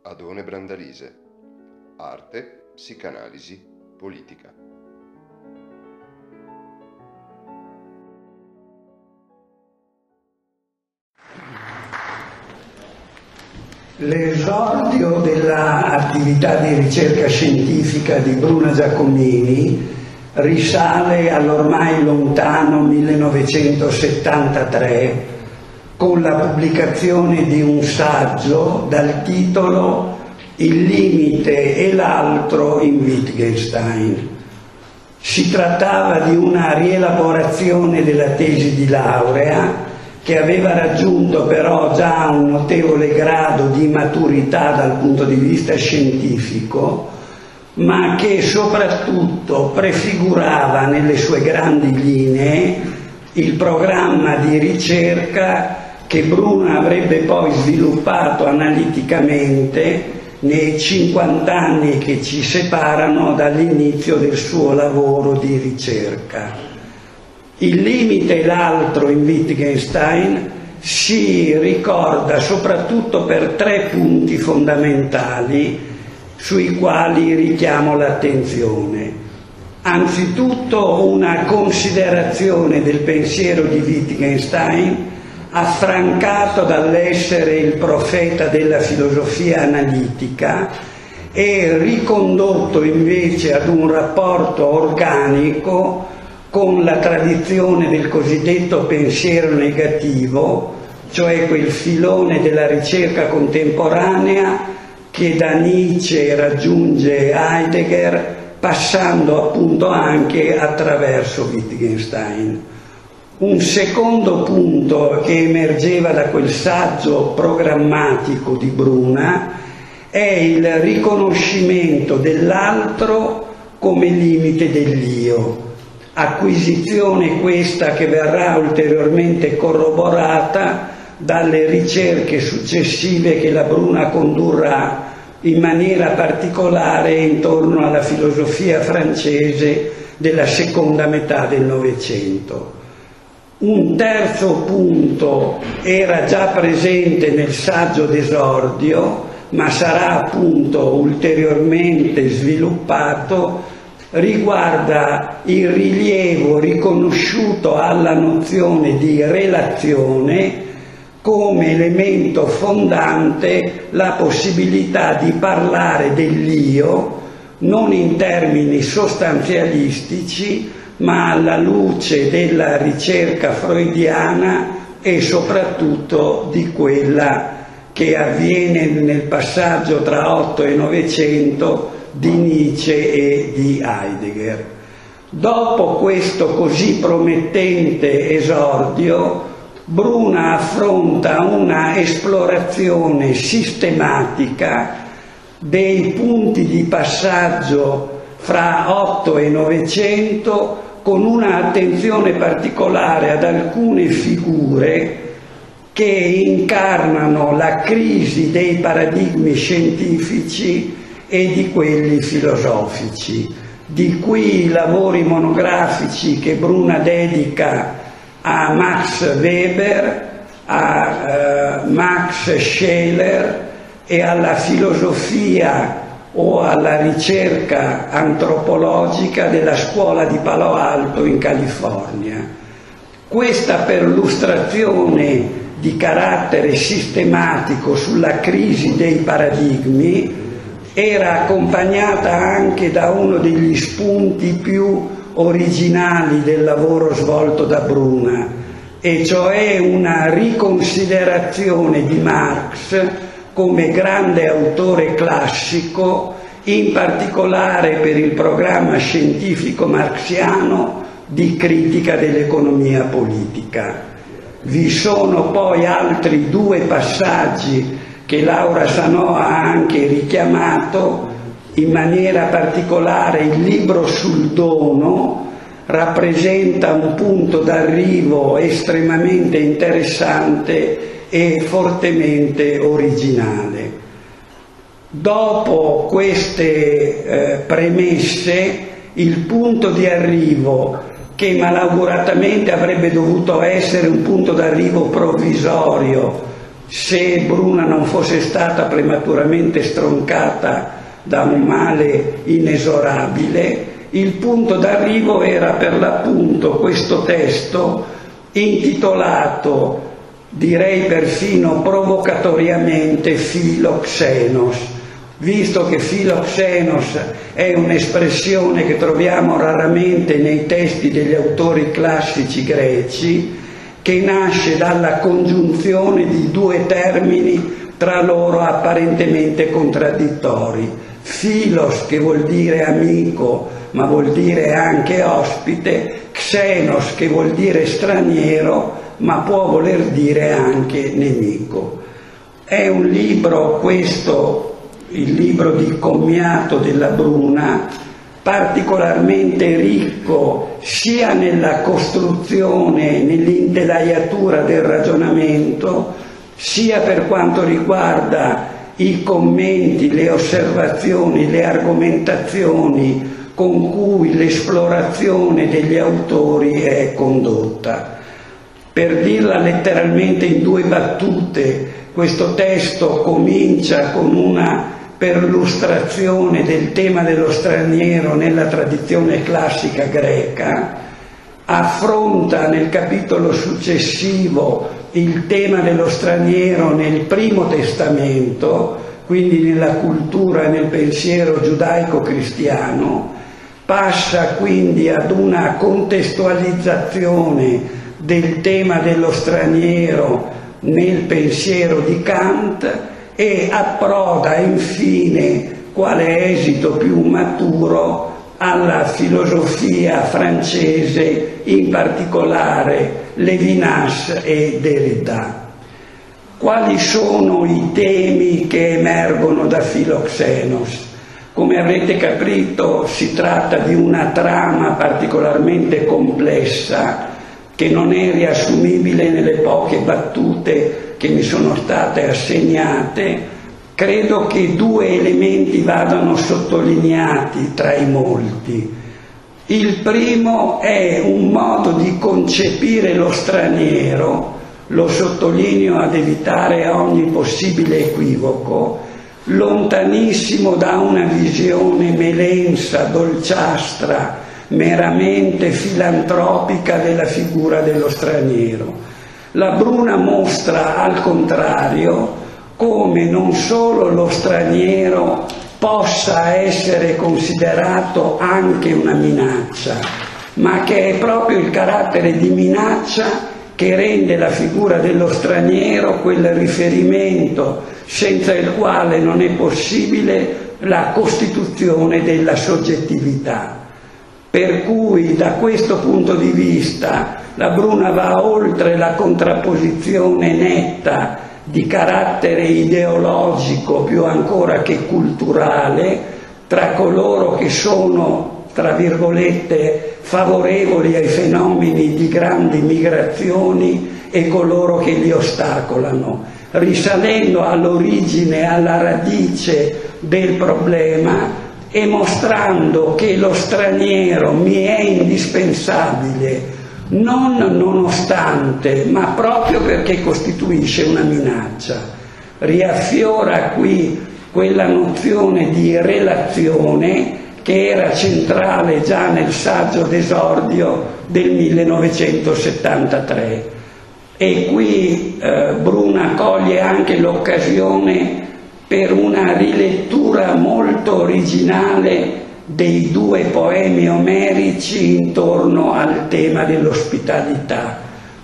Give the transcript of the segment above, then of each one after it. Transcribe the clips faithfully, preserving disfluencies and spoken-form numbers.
Adone Brandalise. Arte, psicanalisi, politica. L'esordio dell'attività di ricerca scientifica di Bruna Giacomini risale all'ormai lontano millenovecentosettantatré con la pubblicazione di un saggio dal titolo Il limite e l'altro in Wittgenstein. Si trattava di una rielaborazione della tesi di laurea che aveva raggiunto però già un notevole grado di maturità dal punto di vista scientifico, ma che soprattutto prefigurava nelle sue grandi linee il programma di ricerca che Bruna avrebbe poi sviluppato analiticamente nei cinquanta anni che ci separano dall'inizio del suo lavoro di ricerca. Il limite e l'altro in Wittgenstein si ricorda soprattutto per tre punti fondamentali sui quali richiamo l'attenzione. Anzitutto una considerazione del pensiero di Wittgenstein affrancato dall'essere il profeta della filosofia analitica e ricondotto invece ad un rapporto organico con la tradizione del cosiddetto pensiero negativo, cioè quel filone della ricerca contemporanea che da Nietzsche raggiunge Heidegger, passando appunto anche attraverso Wittgenstein. Un secondo punto che emergeva da quel saggio programmatico di Bruna è il riconoscimento dell'altro come limite dell'io. Acquisizione questa che verrà ulteriormente corroborata dalle ricerche successive che la Bruna condurrà in maniera particolare intorno alla filosofia francese della seconda metà del Novecento. Un terzo punto era già presente nel saggio d'esordio, ma sarà appunto ulteriormente sviluppato, riguarda il rilievo riconosciuto alla nozione di relazione come elemento fondante la possibilità di parlare dell'io non in termini sostanzialistici ma alla luce della ricerca freudiana e soprattutto di quella che avviene nel passaggio tra Otto e Novecento di Nietzsche e di Heidegger. Dopo questo così promettente esordio, Bruna affronta una esplorazione sistematica dei punti di passaggio fra Otto e Novecento, con una attenzione particolare ad alcune figure che incarnano la crisi dei paradigmi scientifici e di quelli filosofici, di cui i lavori monografici che Bruna dedica a Max Weber, a uh, Max Scheler e alla filosofia o alla ricerca antropologica della scuola di Palo Alto in California. Questa perlustrazione di carattere sistematico sulla crisi dei paradigmi era accompagnata anche da uno degli spunti più originali del lavoro svolto da Bruna, e cioè una riconsiderazione di Marx come grande autore classico, in particolare per il programma scientifico marxiano di critica dell'economia politica. Vi sono poi altri due passaggi che Laura Sanò ha anche richiamato, in maniera particolare il libro sul dono rappresenta un punto d'arrivo estremamente interessante e fortemente originale. Dopo queste eh, premesse, il punto di arrivo, che malauguratamente avrebbe dovuto essere un punto d'arrivo provvisorio se Bruna non fosse stata prematuramente stroncata da un male inesorabile. Il punto d'arrivo era per l'appunto questo testo intitolato, direi perfino provocatoriamente, Philoxenos, visto che Philoxenos è un'espressione che troviamo raramente nei testi degli autori classici greci, che nasce dalla congiunzione di due termini tra loro apparentemente contraddittori. Philos, che vuol dire amico, ma vuol dire anche ospite, Xenos, che vuol dire straniero, ma può voler dire anche nemico. È un libro, questo, il libro di commiato della Bruna, particolarmente ricco sia nella costruzione, nell'intelaiatura del ragionamento, sia per quanto riguarda i commenti, le osservazioni, le argomentazioni con cui l'esplorazione degli autori è condotta. Per dirla letteralmente in due battute, questo testo comincia con una perlustrazione del tema dello straniero nella tradizione classica greca, affronta nel capitolo successivo il tema dello straniero nel Primo Testamento, quindi nella cultura e nel pensiero giudaico-cristiano, passa quindi ad una contestualizzazione del tema dello straniero nel pensiero di Kant e approda infine, quale esito più maturo, alla filosofia francese, in particolare Lévinas e Derrida. Quali sono i temi che emergono da Philoxenos? Come avrete capito, si tratta di una trama particolarmente complessa che non è riassumibile nelle poche battute che mi sono state assegnate. Credo che due elementi vadano sottolineati tra i molti. Il primo è un modo di concepire lo straniero, lo sottolineo ad evitare ogni possibile equivoco, lontanissimo da una visione melensa, dolciastra, meramente filantropica della figura dello straniero. La Bruna mostra al contrario come non solo lo straniero possa essere considerato anche una minaccia, ma che è proprio il carattere di minaccia che rende la figura dello straniero quel riferimento senza il quale non è possibile la costituzione della soggettività. Per cui da questo punto di vista la Bruna va oltre la contrapposizione netta di carattere ideologico più ancora che culturale tra coloro che sono, tra virgolette, favorevoli ai fenomeni di grandi migrazioni e coloro che li ostacolano, risalendo all'origine, alla radice del problema e mostrando che lo straniero mi è indispensabile non nonostante, ma proprio perché costituisce una minaccia. Riaffiora qui quella nozione di relazione che era centrale già nel saggio d'esordio del millenovecentosettantatré. E qui eh, Bruna coglie anche l'occasione per una rilettura molto originale dei due poemi omerici intorno al tema dell'ospitalità,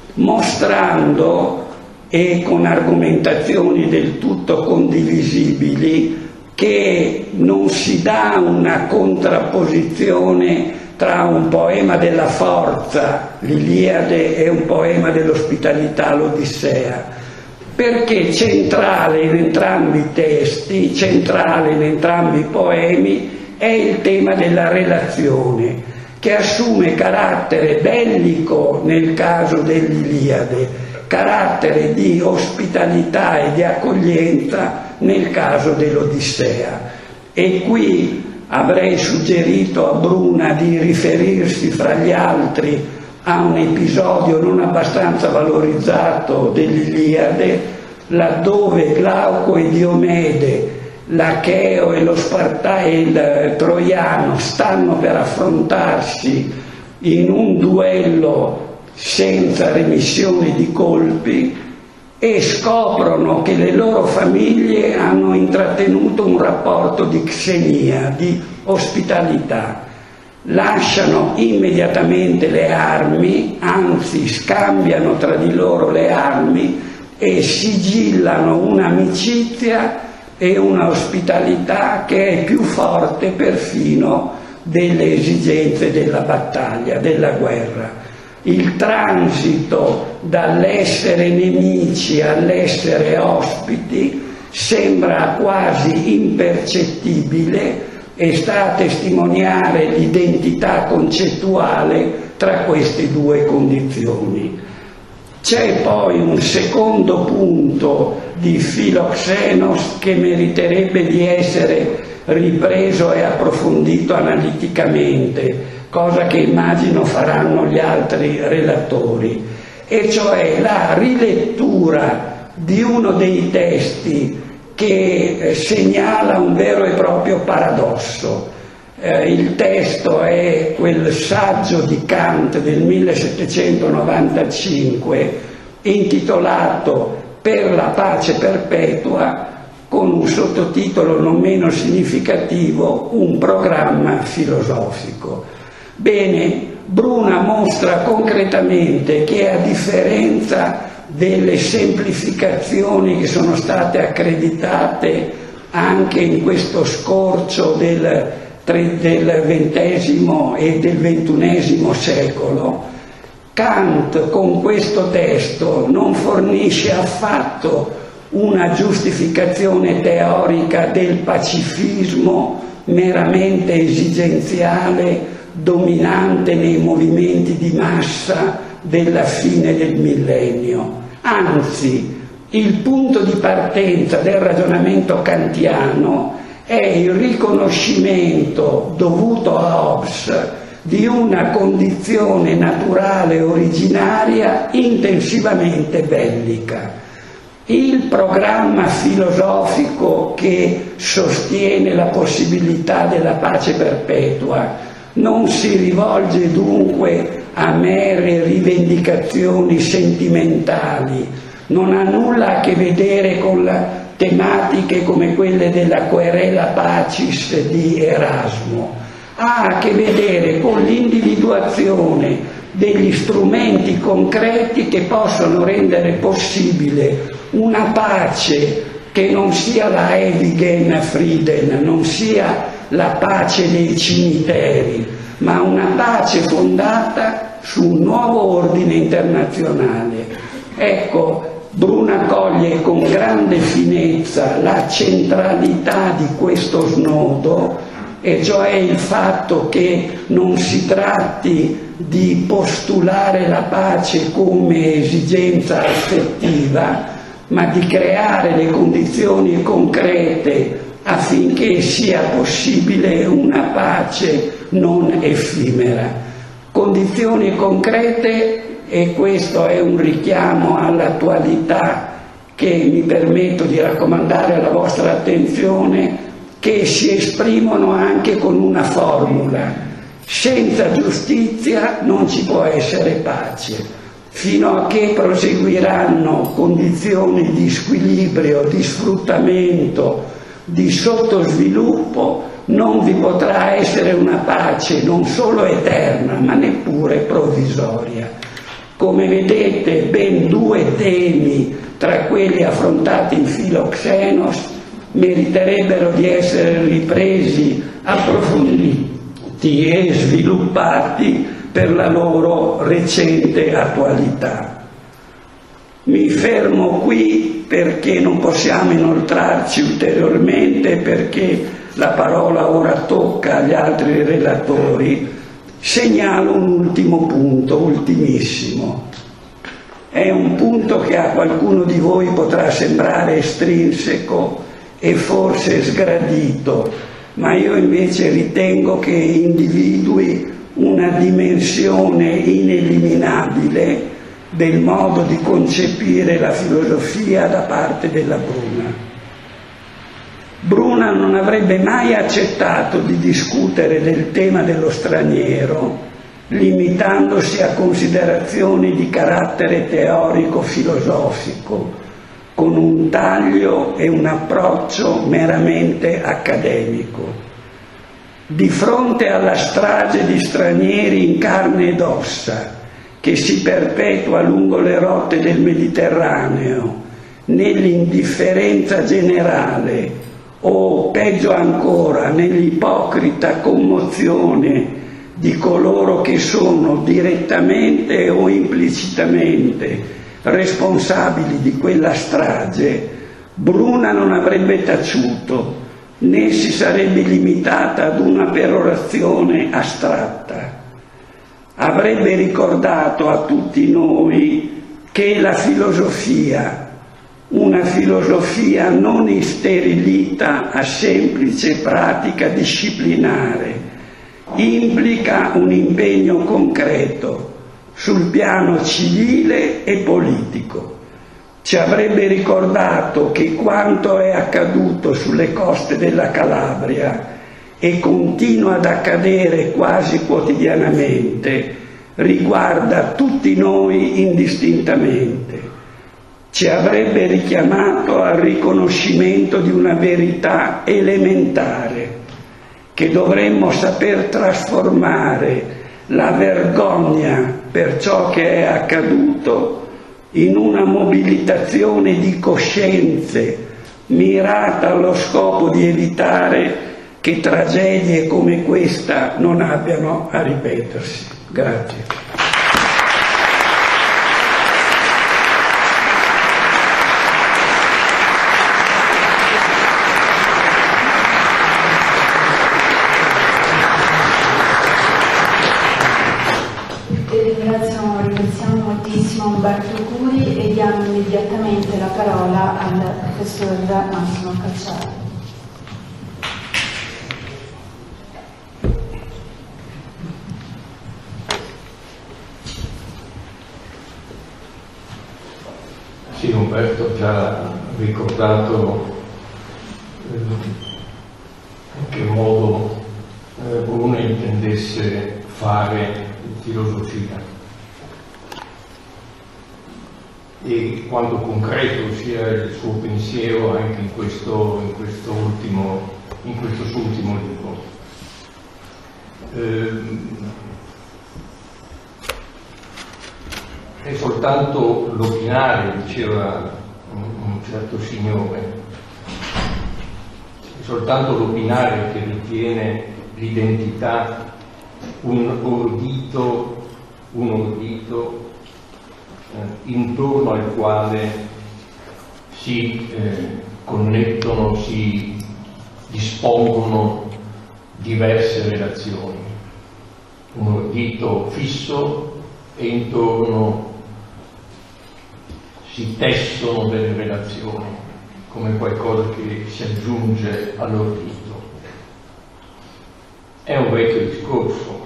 mostrando, e con argomentazioni del tutto condivisibili, che non si dà una contrapposizione tra un poema della forza, l'Iliade, e un poema dell'ospitalità, l'Odissea, perché centrale in entrambi i testi, centrale in entrambi i poemi, è il tema della relazione, che assume carattere bellico nel caso dell'Iliade, carattere di ospitalità e di accoglienza nel caso dell'Odissea. E qui avrei suggerito a Bruna di riferirsi fra gli altri a un episodio non abbastanza valorizzato dell'Iliade, laddove Glauco e Diomede, l'Acheo e lo Sparta e il Troiano stanno per affrontarsi in un duello senza remissione di colpi, e scoprono che le loro famiglie hanno intrattenuto un rapporto di xenia, di ospitalità. Lasciano immediatamente le armi, anzi scambiano tra di loro le armi e sigillano un'amicizia e una ospitalità che è più forte perfino delle esigenze della battaglia, della guerra. Il transito dall'essere nemici all'essere ospiti sembra quasi impercettibile e sta a testimoniare l'identità concettuale tra queste due condizioni. C'è poi un secondo punto di Filoxenos che meriterebbe di essere ripreso e approfondito analiticamente, cosa che immagino faranno gli altri relatori, e cioè la rilettura di uno dei testi che segnala un vero e proprio paradosso. Eh, il testo è quel saggio di Kant del millesettecentonovantacinque intitolato Per la pace perpetua, con un sottotitolo non meno significativo, Un programma filosofico. Bene, Bruna mostra concretamente che, a differenza delle semplificazioni che sono state accreditate anche in questo scorcio del, del ventesimo e del ventunesimo secolo, Kant con questo testo non fornisce affatto una giustificazione teorica del pacifismo meramente esigenziale dominante nei movimenti di massa della fine del millennio. Anzi, il punto di partenza del ragionamento kantiano è il riconoscimento dovuto a Hobbes di una condizione naturale originaria intensivamente bellica. Il programma filosofico che sostiene la possibilità della pace perpetua non si rivolge dunque a mere rivendicazioni sentimentali, non ha nulla a che vedere con la tematiche come quelle della Querela Pacis di Erasmo, ha a che vedere con l'individuazione degli strumenti concreti che possono rendere possibile una pace che non sia la Ewigen Frieden, non sia la pace dei cimiteri, ma una pace fondata su un nuovo ordine internazionale. Ecco, Bruna coglie con grande finezza la centralità di questo snodo, e cioè il fatto che non si tratti di postulare la pace come esigenza affettiva, ma di creare le condizioni concrete affinché sia possibile una pace non effimera. Condizioni concrete, e questo è un richiamo all'attualità che mi permetto di raccomandare alla vostra attenzione, che si esprimono anche con una formula: senza giustizia non ci può essere pace. Fino a che proseguiranno condizioni di squilibrio, di sfruttamento, di sottosviluppo, non vi potrà essere una pace non solo eterna, ma neppure provvisoria. Come vedete, ben due temi tra quelli affrontati in Filoxenos meriterebbero di essere ripresi, approfonditi e sviluppati per la loro recente attualità. Mi fermo qui perché non possiamo inoltrarci ulteriormente, perché la parola ora tocca agli altri relatori. Segnalo un ultimo punto, ultimissimo. È un punto che a qualcuno di voi potrà sembrare estrinseco e forse sgradito, ma io invece ritengo che individui una dimensione ineliminabile del modo di concepire la filosofia da parte della Bruna. Bruna non avrebbe mai accettato di discutere del tema dello straniero, limitandosi a considerazioni di carattere teorico-filosofico, con un taglio e un approccio meramente accademico. Di fronte alla strage di stranieri in carne ed ossa che si perpetua lungo le rotte del Mediterraneo, nell'indifferenza generale o, peggio ancora, nell'ipocrita commozione di coloro che sono direttamente o implicitamente responsabili di quella strage, Bruna non avrebbe taciuto, né si sarebbe limitata ad una perorazione astratta. Avrebbe ricordato a tutti noi che la filosofia, una filosofia non isterilita a semplice pratica disciplinare, implica un impegno concreto sul piano civile e politico. Ci avrebbe ricordato che quanto è accaduto sulle coste della Calabria e continua ad accadere quasi quotidianamente riguarda tutti noi indistintamente. Ci avrebbe richiamato al riconoscimento di una verità elementare, che dovremmo saper trasformare la vergogna per ciò che è accaduto in una mobilitazione di coscienze mirata allo scopo di evitare che tragedie come questa non abbiano a ripetersi. Grazie. Umberto Curi e diamo immediatamente la parola al professor Massimo Cacciari. Sì, Umberto ha già ricordato eh, in che modo eh, Bruna intendesse fare filosofia e quanto concreto sia il suo pensiero anche in questo, in questo, ultimo, in questo suo ultimo libro. Eh, è soltanto l'opinare, diceva un, un certo signore, è soltanto l'opinare che ritiene l'identità un ordito, un ordito intorno al quale si eh, connettono, si dispongono diverse relazioni, un ordito fisso e intorno si tessono delle relazioni come qualcosa che si aggiunge all'ordito. È un vecchio discorso,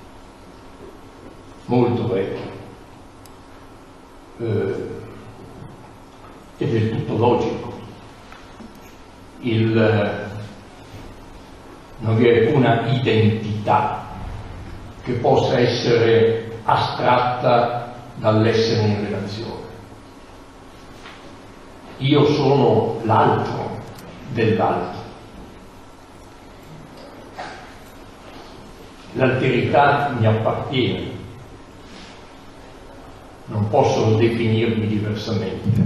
molto vecchio. Eh, ed è tutto logico. Il, non vi è una identità che possa essere astratta dall'essere in relazione. Io sono l'altro dell'altro. L'alterità mi appartiene. Non posso definirmi diversamente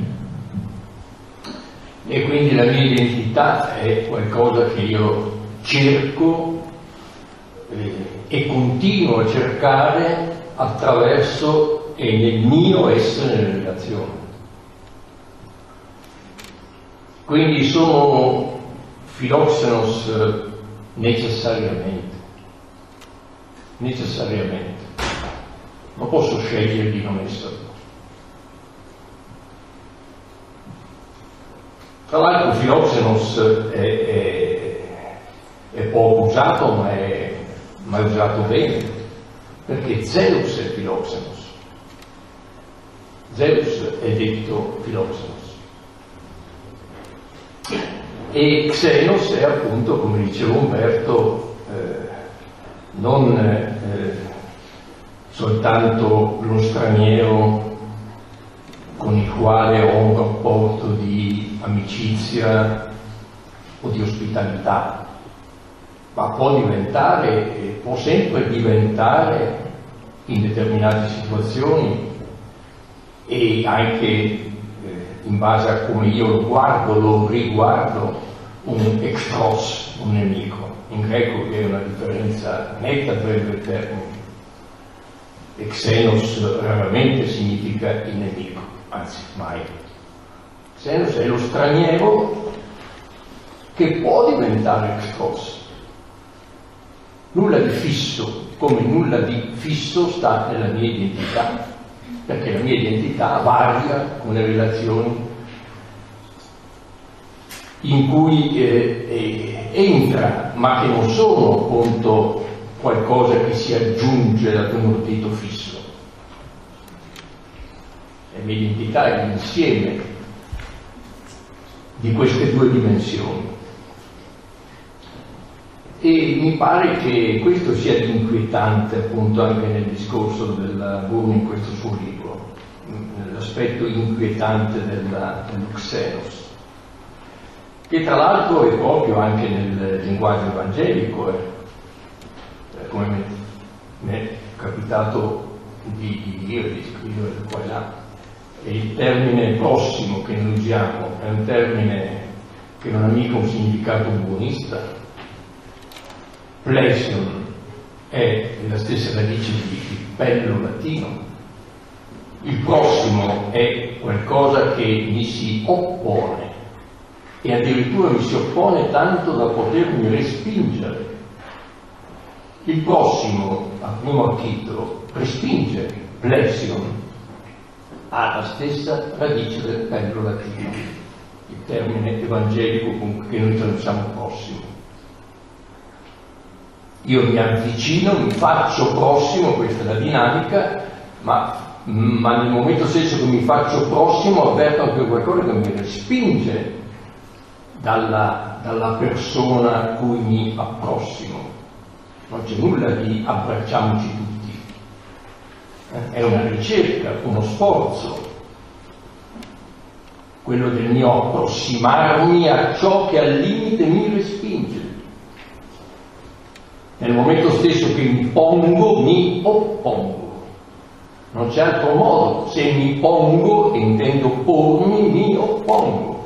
e quindi la mia identità è qualcosa che io cerco eh, e continuo a cercare attraverso e nel mio essere in relazione. Quindi sono filoxenos necessariamente, necessariamente. Non posso scegliere di non esserlo. Tra l'altro filoxenos è, è, è poco usato, ma è, ma è usato bene, perché Zeus è filoxenos. Zeus è detto Philoxenos. E Xenos è appunto, come diceva Umberto, eh, non eh, soltanto lo straniero con il quale ho un rapporto di amicizia o di ospitalità, ma può diventare, può sempre diventare in determinate situazioni e anche eh, in base a come io lo guardo, lo riguardo, un extros, un nemico. In greco vi è una differenza netta tra i due termini. E Xenos raramente significa il nemico, anzi mai. Xenos è lo straniero che può diventare extros. Nulla di fisso, come nulla di fisso sta nella mia identità, perché la mia identità varia con le relazioni in cui eh, eh, entra, ma che non sono appunto qualcosa che si aggiunge ad un ordito fisso. La mia identità è l'insieme di queste due dimensioni. E mi pare che questo sia inquietante appunto anche nel discorso della Bourne in questo suo libro, l'aspetto inquietante della, dello Xenos, che tra l'altro è proprio anche nel linguaggio evangelico, eh. come mi è capitato di, di dire, di scrivere qua e là. E il termine prossimo che noi usiamo è un termine che non ha mica un significato buonista. Plesion è la stessa radice di bello latino. Il prossimo è qualcosa che mi si oppone e addirittura mi si oppone tanto da potermi respingere. Il prossimo, a primo titolo, respingere, plesion, ha la stessa radice del bello latino, il termine evangelico con che noi traduciamo prossimo. Io mi avvicino, mi faccio prossimo, questa è la dinamica, ma, ma nel momento stesso che mi faccio prossimo avverto anche qualcosa che mi respinge dalla, dalla persona a cui mi approssimo. Non c'è nulla di abbracciamoci tutti, è una ricerca, uno sforzo, quello del mio approssimarmi a ciò che al limite mi respinge. Nel momento stesso che mi pongo, mi oppongo. Non c'è altro modo. Se mi pongo, intendo pormi, mi oppongo.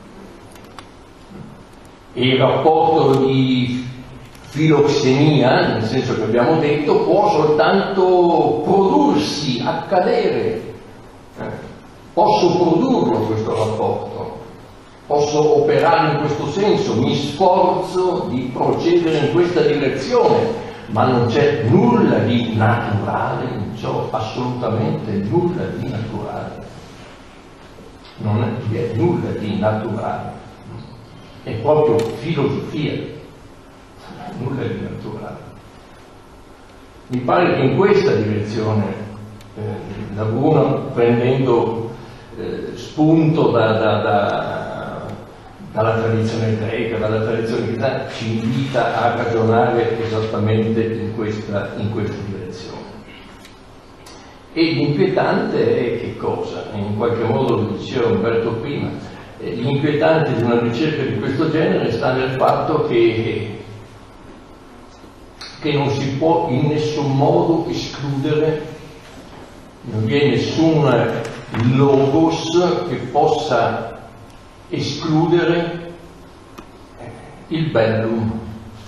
E il rapporto di filoxenia, nel senso che abbiamo detto, può soltanto prodursi, accadere. Posso produrlo questo rapporto. Posso operare in questo senso, mi sforzo di procedere in questa direzione, ma non c'è nulla di naturale in ciò, assolutamente nulla di naturale. Non vi è nulla di naturale, è proprio filosofia, nulla di naturale. Mi pare che in questa direzione eh, la Bruno, prendendo eh, spunto da, da, da dalla tradizione greca, dalla tradizione cristiana, ci invita a ragionare esattamente in questa, in questa direzione. E l'inquietante è che cosa? In qualche modo lo diceva Umberto prima, l'inquietante di una ricerca di questo genere sta nel fatto che, che non si può in nessun modo escludere, non vi è nessun logos che possa escludere il bellum.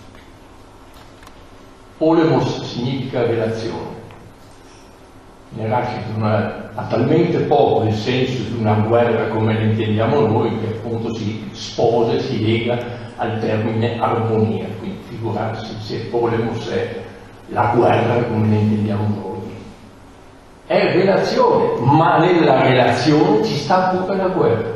Polemos significa relazione. In Eraclito ha talmente poco il senso di una guerra come la intendiamo noi, che appunto si sposa e si lega al termine armonia, quindi figurarsi se polemos è la guerra come la intendiamo noi. È relazione, ma nella relazione ci sta pure la guerra.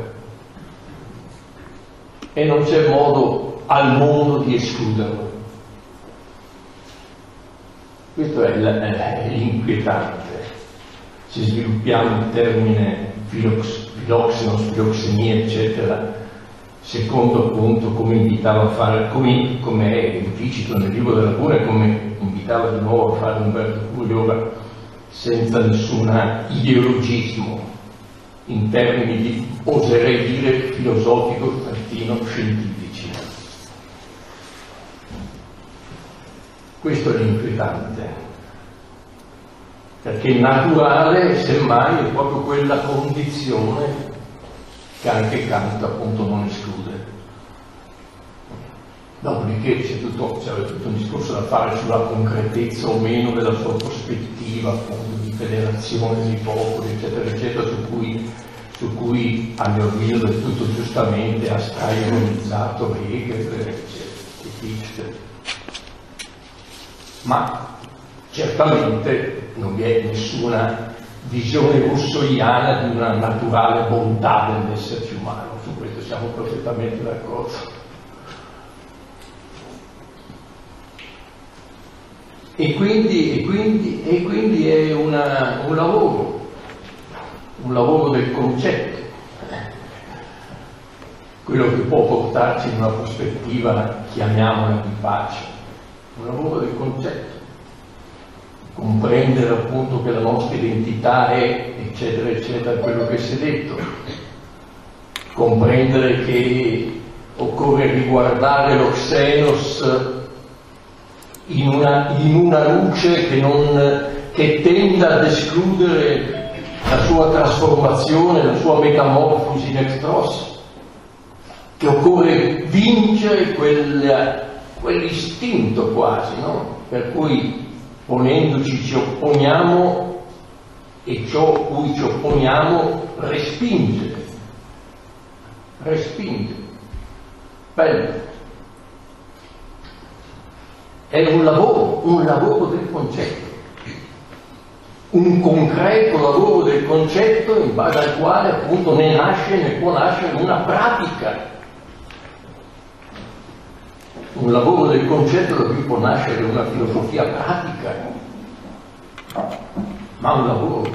E non c'è modo al mondo di escluderlo. Questo è l'inquietante. se sviluppiamo il termine filox, filoxenos, filoxenia, eccetera, secondo appunto come invitava a fare, come, come è implicito nel libro della cura e come invitava di nuovo a fare Umberto Curri, ora senza nessun ideologismo, in termini di, oserei dire, filosofico, perfino scientifici. Questo è l'inquietante, perché naturale, semmai, è proprio quella condizione che anche Kant appunto non esclude. Dopodiché c'è tutto, c'è tutto un discorso da fare sulla concretezza o meno della sua prospettiva appunto di federazione dei popoli, eccetera, eccetera, su cui, su cui a mio avviso del tutto giustamente ha straironizzato Hegel e Fichte. Ma certamente non vi è nessuna visione russoiana di una naturale bontà dell'esserci umano, su questo siamo perfettamente d'accordo. E quindi, e quindi, e quindi è una, un lavoro, un lavoro del concetto, quello che può portarci in una prospettiva, chiamiamola di pace, un lavoro del concetto. Comprendere appunto che la nostra identità è, eccetera, eccetera, quello che si è detto. Comprendere che occorre riguardare lo Xenos in una, in una luce che, non, che tenda ad escludere la sua trasformazione, la sua metamorfosi in extros, che occorre vincere quel, quell'istinto quasi, no? Per cui ponendoci ci opponiamo e ciò cui ci opponiamo respinge, respinge. Bello. È un lavoro, un lavoro del concetto, un concreto lavoro del concetto in base al quale appunto ne nasce, ne può nascere una pratica. Un lavoro del concetto da cui può nascere una filosofia pratica, ma un lavoro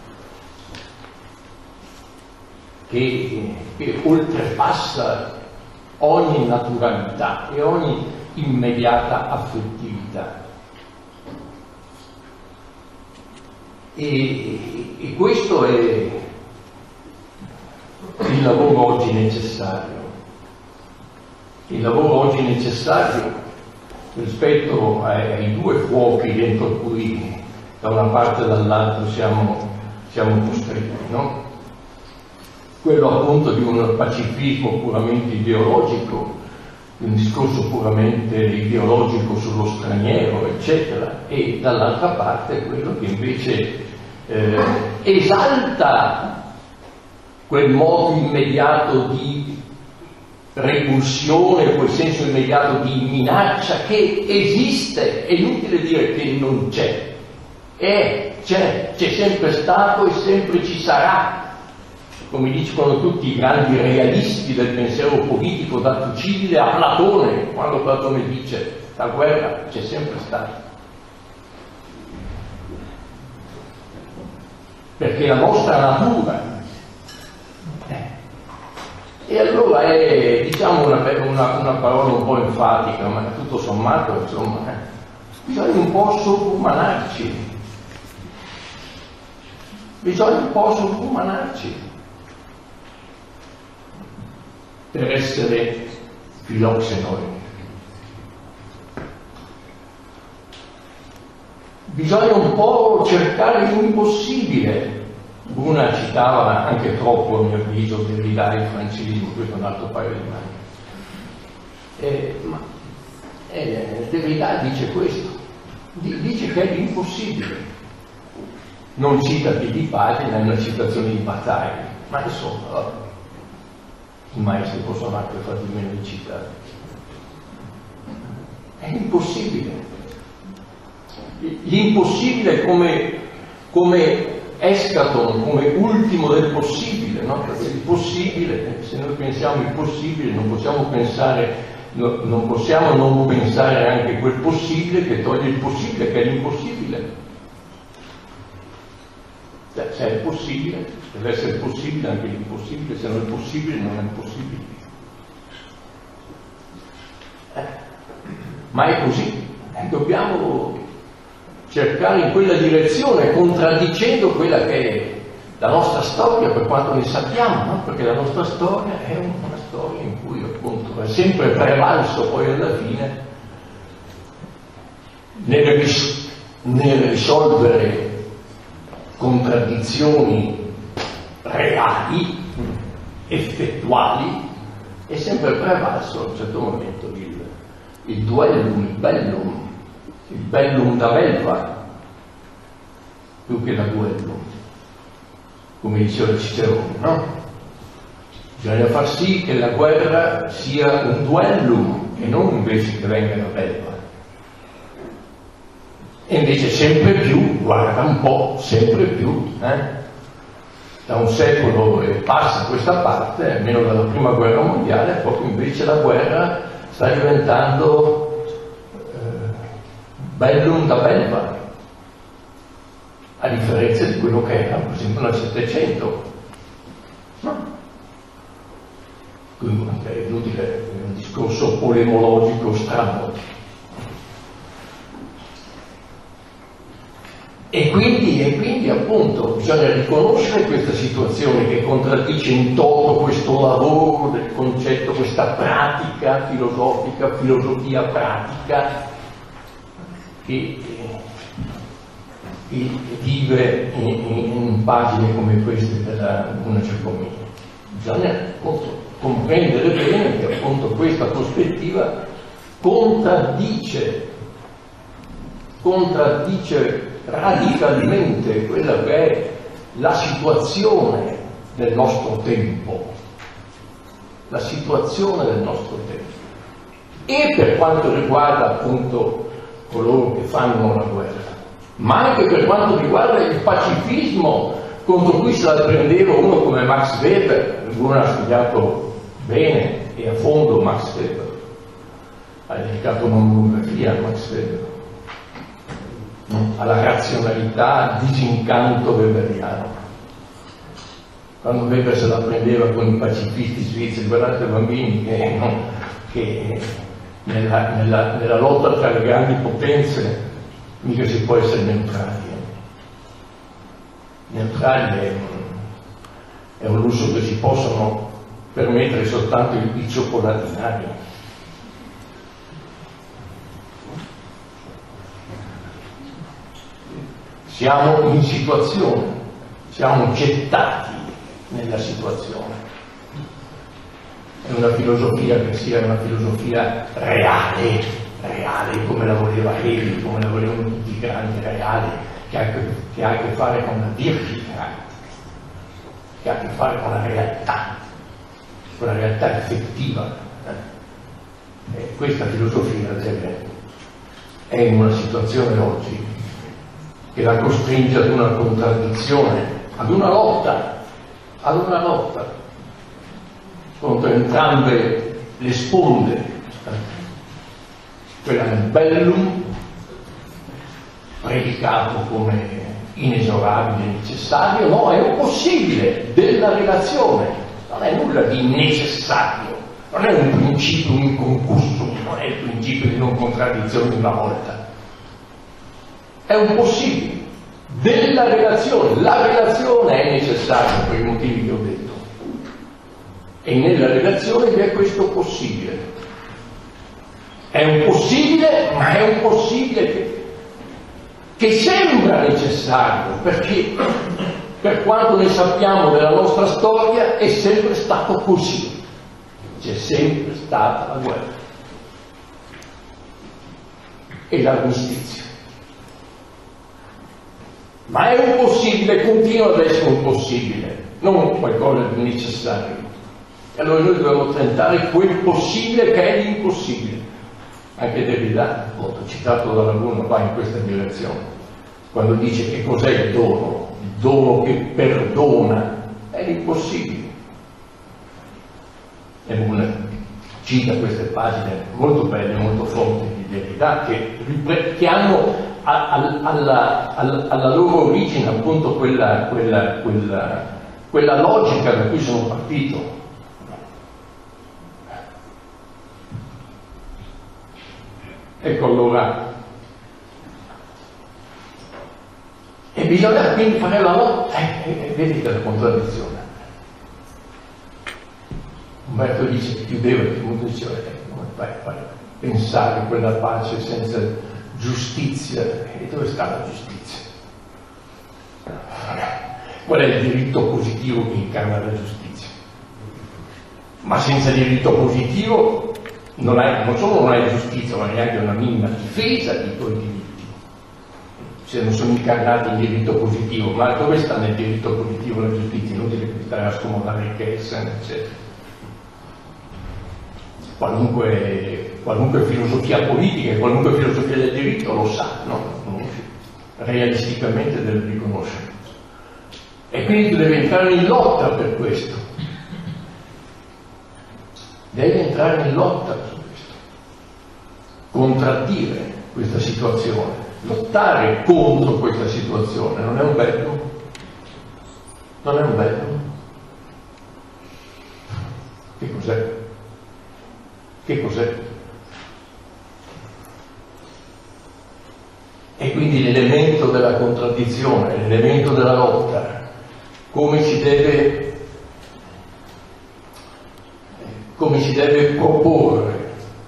che, che oltrepassa ogni naturalità e ogni immediata affettività. E, e questo è il lavoro oggi necessario. Il lavoro oggi necessario rispetto ai, ai due fuochi dentro cui da una parte e dall'altra siamo, siamo costretti, no? Quello appunto di un pacifismo puramente ideologico, un discorso puramente ideologico sullo straniero, eccetera, e dall'altra parte quello che invece eh, esalta quel modo immediato di repulsione, quel senso immediato di minaccia che esiste, è inutile dire che non c'è, è, c'è, c'è sempre stato e sempre ci sarà, come dicono tutti i grandi realisti del pensiero politico, da Tucibile a Platone, quando Platone dice la guerra c'è sempre stata. Perché la nostra natura. E allora è, diciamo, una, una, una parola un po' enfatica, ma tutto sommato, insomma, eh, bisogna un po' sovrumanarci. Bisogna un po' sovrumanarci per essere filoxenoi. Bisogna un po' cercare l'impossibile. Una citava anche troppo, a mio avviso, Derrida e il francesismo, questo è un altro paio di mani. Eh, ma eh, Derrida dice questo, dice che è l'impossibile. Non cita più di pagina, è una citazione di Bataille, ma insomma, vabbè. I maestri possono anche far di meno di citare. È impossibile. L'impossibile come, come escaton, come ultimo del possibile, no? Perché il possibile, se noi pensiamo il possibile, non possiamo pensare, no, non possiamo non pensare anche quel possibile che toglie il possibile, che è l'impossibile. se è possibile, deve essere possibile anche l'impossibile, se non è possibile non è possibile. Eh. Ma è così, eh, dobbiamo cercare in quella direzione, contraddicendo quella che è la nostra storia per quanto ne sappiamo, no? Perché la nostra storia è una storia in cui appunto è sempre prevalso poi alla fine nel, ris- nel risolvere contraddizioni reali, effettuali, è sempre prevalso a un certo momento il, il duellum, il bellum, il bellum da belva, più che la duellum, come diceva Cicerone, no? Bisogna far sì che la guerra sia un duellum e non invece che venga la belva. E invece sempre più, guarda un po', sempre più, eh? Da un secolo e passa questa parte, almeno dalla prima guerra mondiale, proprio invece la guerra sta diventando eh, bellum da belva, a differenza di quello che era, per esempio, nel Settecento. No? Quindi è inutile un discorso polemologico strano. E quindi, e quindi appunto bisogna riconoscere questa situazione che contraddice in toto questo lavoro del concetto, questa pratica filosofica, filosofia pratica che, che vive in, in, in pagine come queste della Laguna Giacomini. Bisogna appunto comprendere bene che appunto questa prospettiva contraddice, contraddice radicalmente quella che è la situazione del nostro tempo, la situazione del nostro tempo. E per quanto riguarda appunto coloro che fanno la guerra, ma anche per quanto riguarda il pacifismo contro cui se la prendeva uno come Max Weber. Uno ha studiato bene e a fondo Max Weber, ha dedicato una monografia a Max Weber, alla razionalità, al disincanto weberiano. Quando Weber se la prendeva con i pacifisti svizzeri, guardate bambini che, no, che nella, nella, nella lotta tra le grandi potenze mica si può essere neutrali. Neutrali è, è un lusso che si possono permettere soltanto i, i cioccolattinari. Siamo in situazione, siamo gettati nella situazione. È una filosofia che sia una filosofia reale, reale come la voleva Hegel, come la volevano tutti i grandi, reali, che ha, che ha a che fare con la Wirklichkeit, che ha a che fare con la realtà, con la realtà effettiva. E questa filosofia deve, è in una situazione oggi che la costringe ad una contraddizione, ad una lotta, ad una lotta contro entrambe le sponde, quella del bellum, predicato come inesorabile e necessario, no, è un possibile della relazione, non è nulla di necessario, non è un principio inconcusso, non è il principio di non contraddizione di una volta. È un possibile della relazione. La relazione è necessaria per i motivi che ho detto. E nella relazione vi è questo possibile. È un possibile, ma è un possibile che, che sembra necessario, perché per quanto ne sappiamo della nostra storia è sempre stato così. C'è sempre stata la guerra e l'armistizio. Ma è un possibile, continua ad essere un possibile, non qualcosa di necessario. E allora noi dobbiamo tentare quel possibile che è l'impossibile. Anche Derrida, appunto, citato da Laguna, va in questa direzione. Quando dice che cos'è il dono, il dono che perdona, è l'impossibile. E Laguna cita queste pagine molto belle, molto forti Derrida, che, che hanno a, a, alla, alla, alla loro origine appunto quella, quella, quella, quella logica da cui sono partito. Ecco allora, e bisogna quindi fare la lotta, eh, eh, vedete la contraddizione. Umberto dice chiudeva il Composizione, come fai a fare pensare quella pace senza giustizia? E dove sta la giustizia? Qual è il diritto positivo che incarna la giustizia? Ma senza diritto positivo non, hai, non solo non hai giustizia, ma neanche una minima difesa di tuoi diritti, se non sono incarnati in diritto positivo. Ma dove sta nel diritto positivo la giustizia? Inutile che stare a scomodare Kelsen, eccetera. Qualunque, qualunque filosofia politica e qualunque filosofia del diritto lo sa, no? Realisticamente deve riconoscere. E quindi tu devi entrare in lotta per questo. Devi entrare in lotta per questo. Contraddire questa situazione, lottare contro questa situazione. Non è un bello? Non è un bello? Che cos'è? Che cos'è? E quindi l'elemento della contraddizione, l'elemento della lotta, come si deve, come si deve proporre,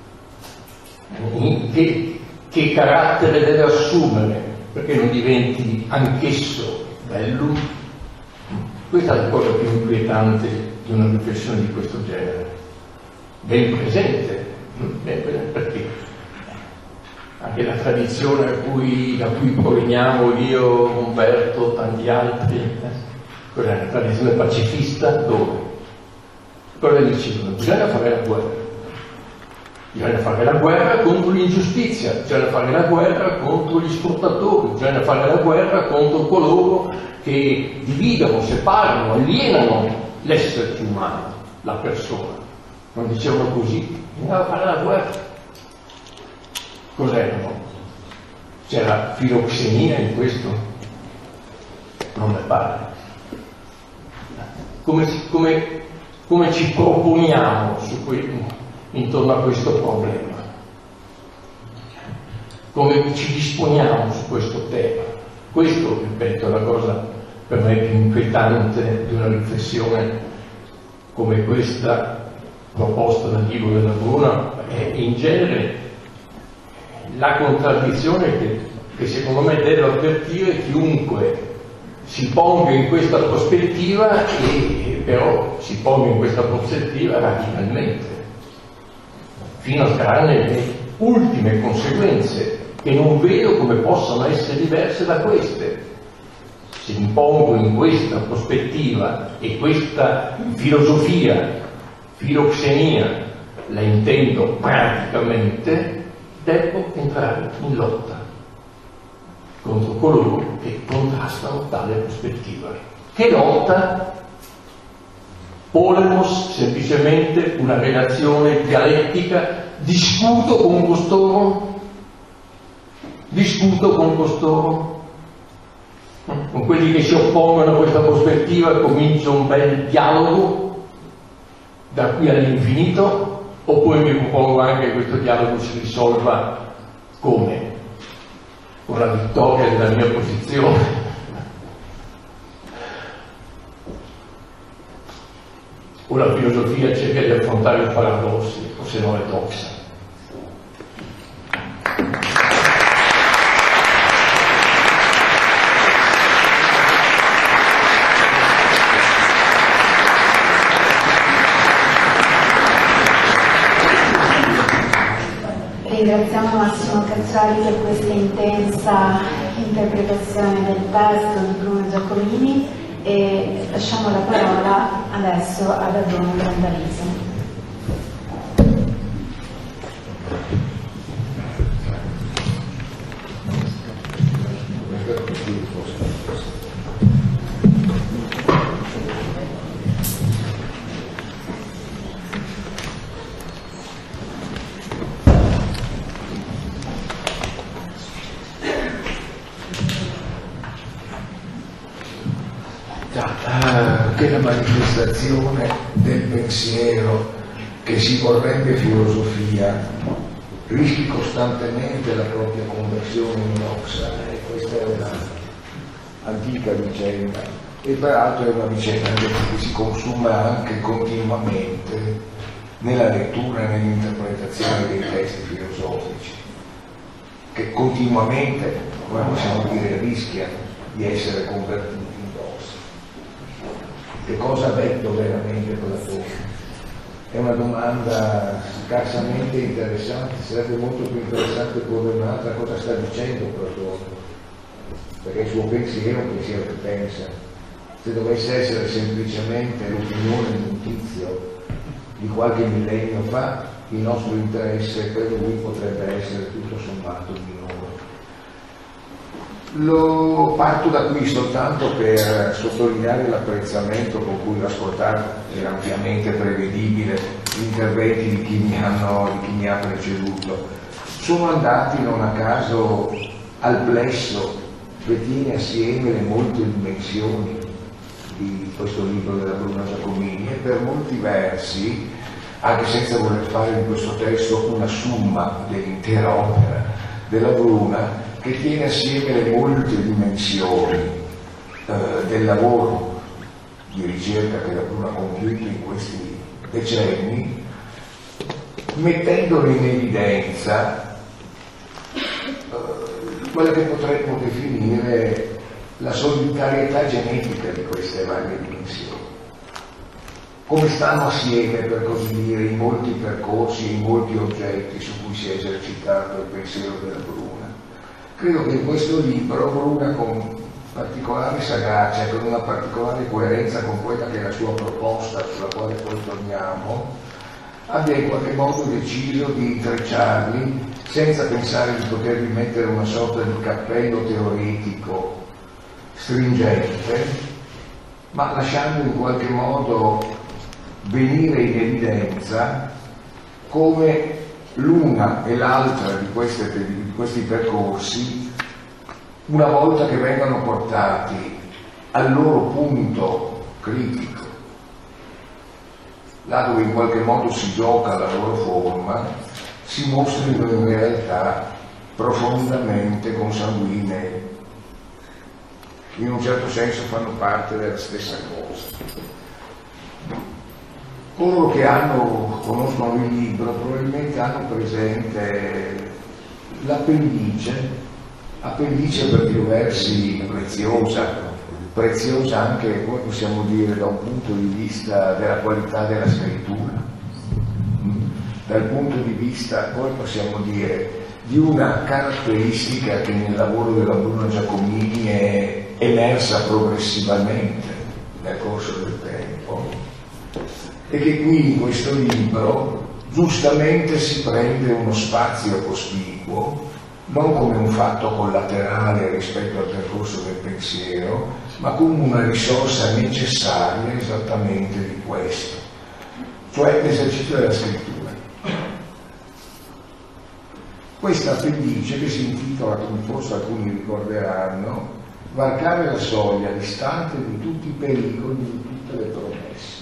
che, che carattere deve assumere perché non diventi anch'esso bello. Questa è la cosa più inquietante di una riflessione di questo genere. Ben presente, ben presente, perché anche la tradizione a cui, da cui proveniamo io, Umberto, tanti altri, eh? Cos'è la tradizione pacifista? Dove? Cosa dicevano? Bisogna fare la guerra, bisogna fare la guerra contro l'ingiustizia, bisogna fare la guerra contro gli sfruttatori, bisogna fare la guerra contro coloro che dividono, separano, alienano l'essere umano, la persona. Non dicevano così, bisognava fare la guerra. Cos'erano? C'era filoxenia in questo? Non ne pare. Come, come, come ci proponiamo su que, intorno a questo problema? Come ci disponiamo su questo tema? Questo, ripeto, è la cosa per me più inquietante di una riflessione come questa proposta dal libro della Bruna, è in genere la contraddizione che, che secondo me deve avvertire chiunque si ponga in questa prospettiva e però si ponga in questa prospettiva radicalmente, fino a trarne le ultime conseguenze, che non vedo come possano essere diverse da queste. Se mi pongo in questa prospettiva e questa filosofia, filoxenia, la intendo praticamente, devo entrare in lotta contro coloro che contrastano tale prospettiva. Che lotta? Polemos, semplicemente una relazione dialettica, discuto con costoro, discuto con costoro, con quelli che si oppongono a questa prospettiva, comincia un bel dialogo da qui all'infinito, oppure mi propongo anche che questo dialogo si risolva come? Con la vittoria della mia posizione. O la filosofia cerca di affrontare i paradossi, o se no è doxa. Ringraziamo Massimo Cacciari per questa intensa interpretazione del testo di Bruno Giacomini e lasciamo la parola adesso ad Adorno Brandalise. che la manifestazione del pensiero che si vorrebbe filosofia rischi costantemente la propria conversione in oxa, e questa è una antica vicenda, e peraltro è una vicenda che si consuma anche continuamente nella lettura e nell'interpretazione dei testi filosofici, che continuamente, come possiamo dire, rischia di essere convertiti in doxa. Che cosa ha detto veramente Platone? È una domanda scarsamente interessante, sarebbe molto più interessante porre un'altra: cosa sta dicendo Platone? Perché il suo pensiero è un pensiero che pensa. Se dovesse essere semplicemente l'opinione di un tizio di qualche millennio fa, il nostro interesse per lui potrebbe essere tutto sommato minore. Lo parto da qui soltanto per sottolineare l'apprezzamento con cui l'ho ascoltato, era ampiamente prevedibile, gli interventi di chi mi, hanno, di chi mi ha preceduto. Sono andati non a caso al plesso che tiene assieme le molte dimensioni di questo libro della Bruna Giacomini, e per molti versi, anche senza voler fare di questo testo una summa dell'intera opera della Bruna, che tiene assieme le molte dimensioni eh, del lavoro di ricerca che la Bruna ha compiuto in questi decenni, mettendolo in evidenza eh, quella che potremmo definire la solidarietà genetica di queste varie dimensioni. Come stanno assieme, per così dire, in molti percorsi e in molti oggetti su cui si è esercitato il pensiero della Bruna. Credo che in questo libro Bruna, con particolare sagacia e con una particolare coerenza con quella che è la sua proposta, sulla quale poi torniamo, abbia in qualche modo deciso di intrecciarli senza pensare di potervi mettere una sorta di cappello teoretico stringente, ma lasciando in qualche modo venire in evidenza come l'una e l'altra di, queste, di questi percorsi, una volta che vengano portati al loro punto critico, là dove in qualche modo si gioca la loro forma, si mostrino in realtà profondamente consanguinei, in un certo senso fanno parte della stessa cosa. Coloro che hanno, conoscono il libro probabilmente hanno presente l'appendice, appendice per più versi preziosa, preziosa anche, come possiamo dire, da un punto di vista della qualità della scrittura, dal punto di vista, come possiamo dire, di una caratteristica che nel lavoro della Bruna Giacomini è emersa progressivamente nel corso del tempo, e che qui in questo libro giustamente si prende uno spazio cospicuo, non come un fatto collaterale rispetto al percorso del pensiero, ma come una risorsa necessaria esattamente di questo, cioè l'esercizio della scrittura. Questa appendice, che si intitola, come forse alcuni ricorderanno, Varcare la soglia distante di tutti i pericoli, di tutte le promesse.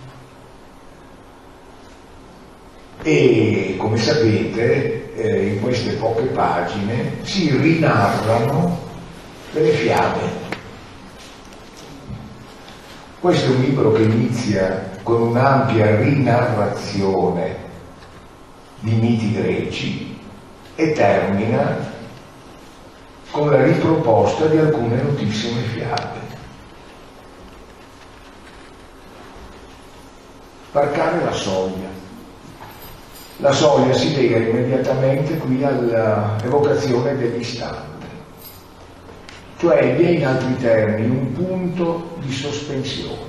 E come sapete, eh, in queste poche pagine si rinarrano delle fiabe. Questo è un libro che inizia con un'ampia rinarrazione di miti greci e termina con la riproposta di alcune notissime fiabe. Varcare la soglia. La soglia si lega immediatamente qui all'evocazione dell'istante, cioè vi è in altri termini un punto di sospensione.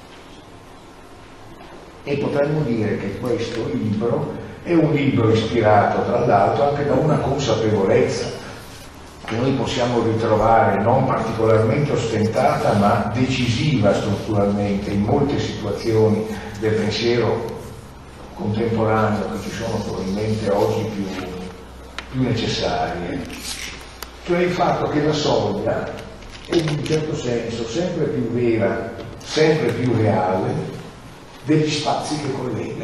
E potremmo dire che questo libro è un libro ispirato tra l'altro anche da una consapevolezza che noi possiamo ritrovare non particolarmente ostentata ma decisiva strutturalmente in molte situazioni del pensiero contemporaneo che ci sono probabilmente oggi più, più necessarie, cioè il fatto che la soglia è in un certo senso sempre più vera sempre più reale degli spazi che collega.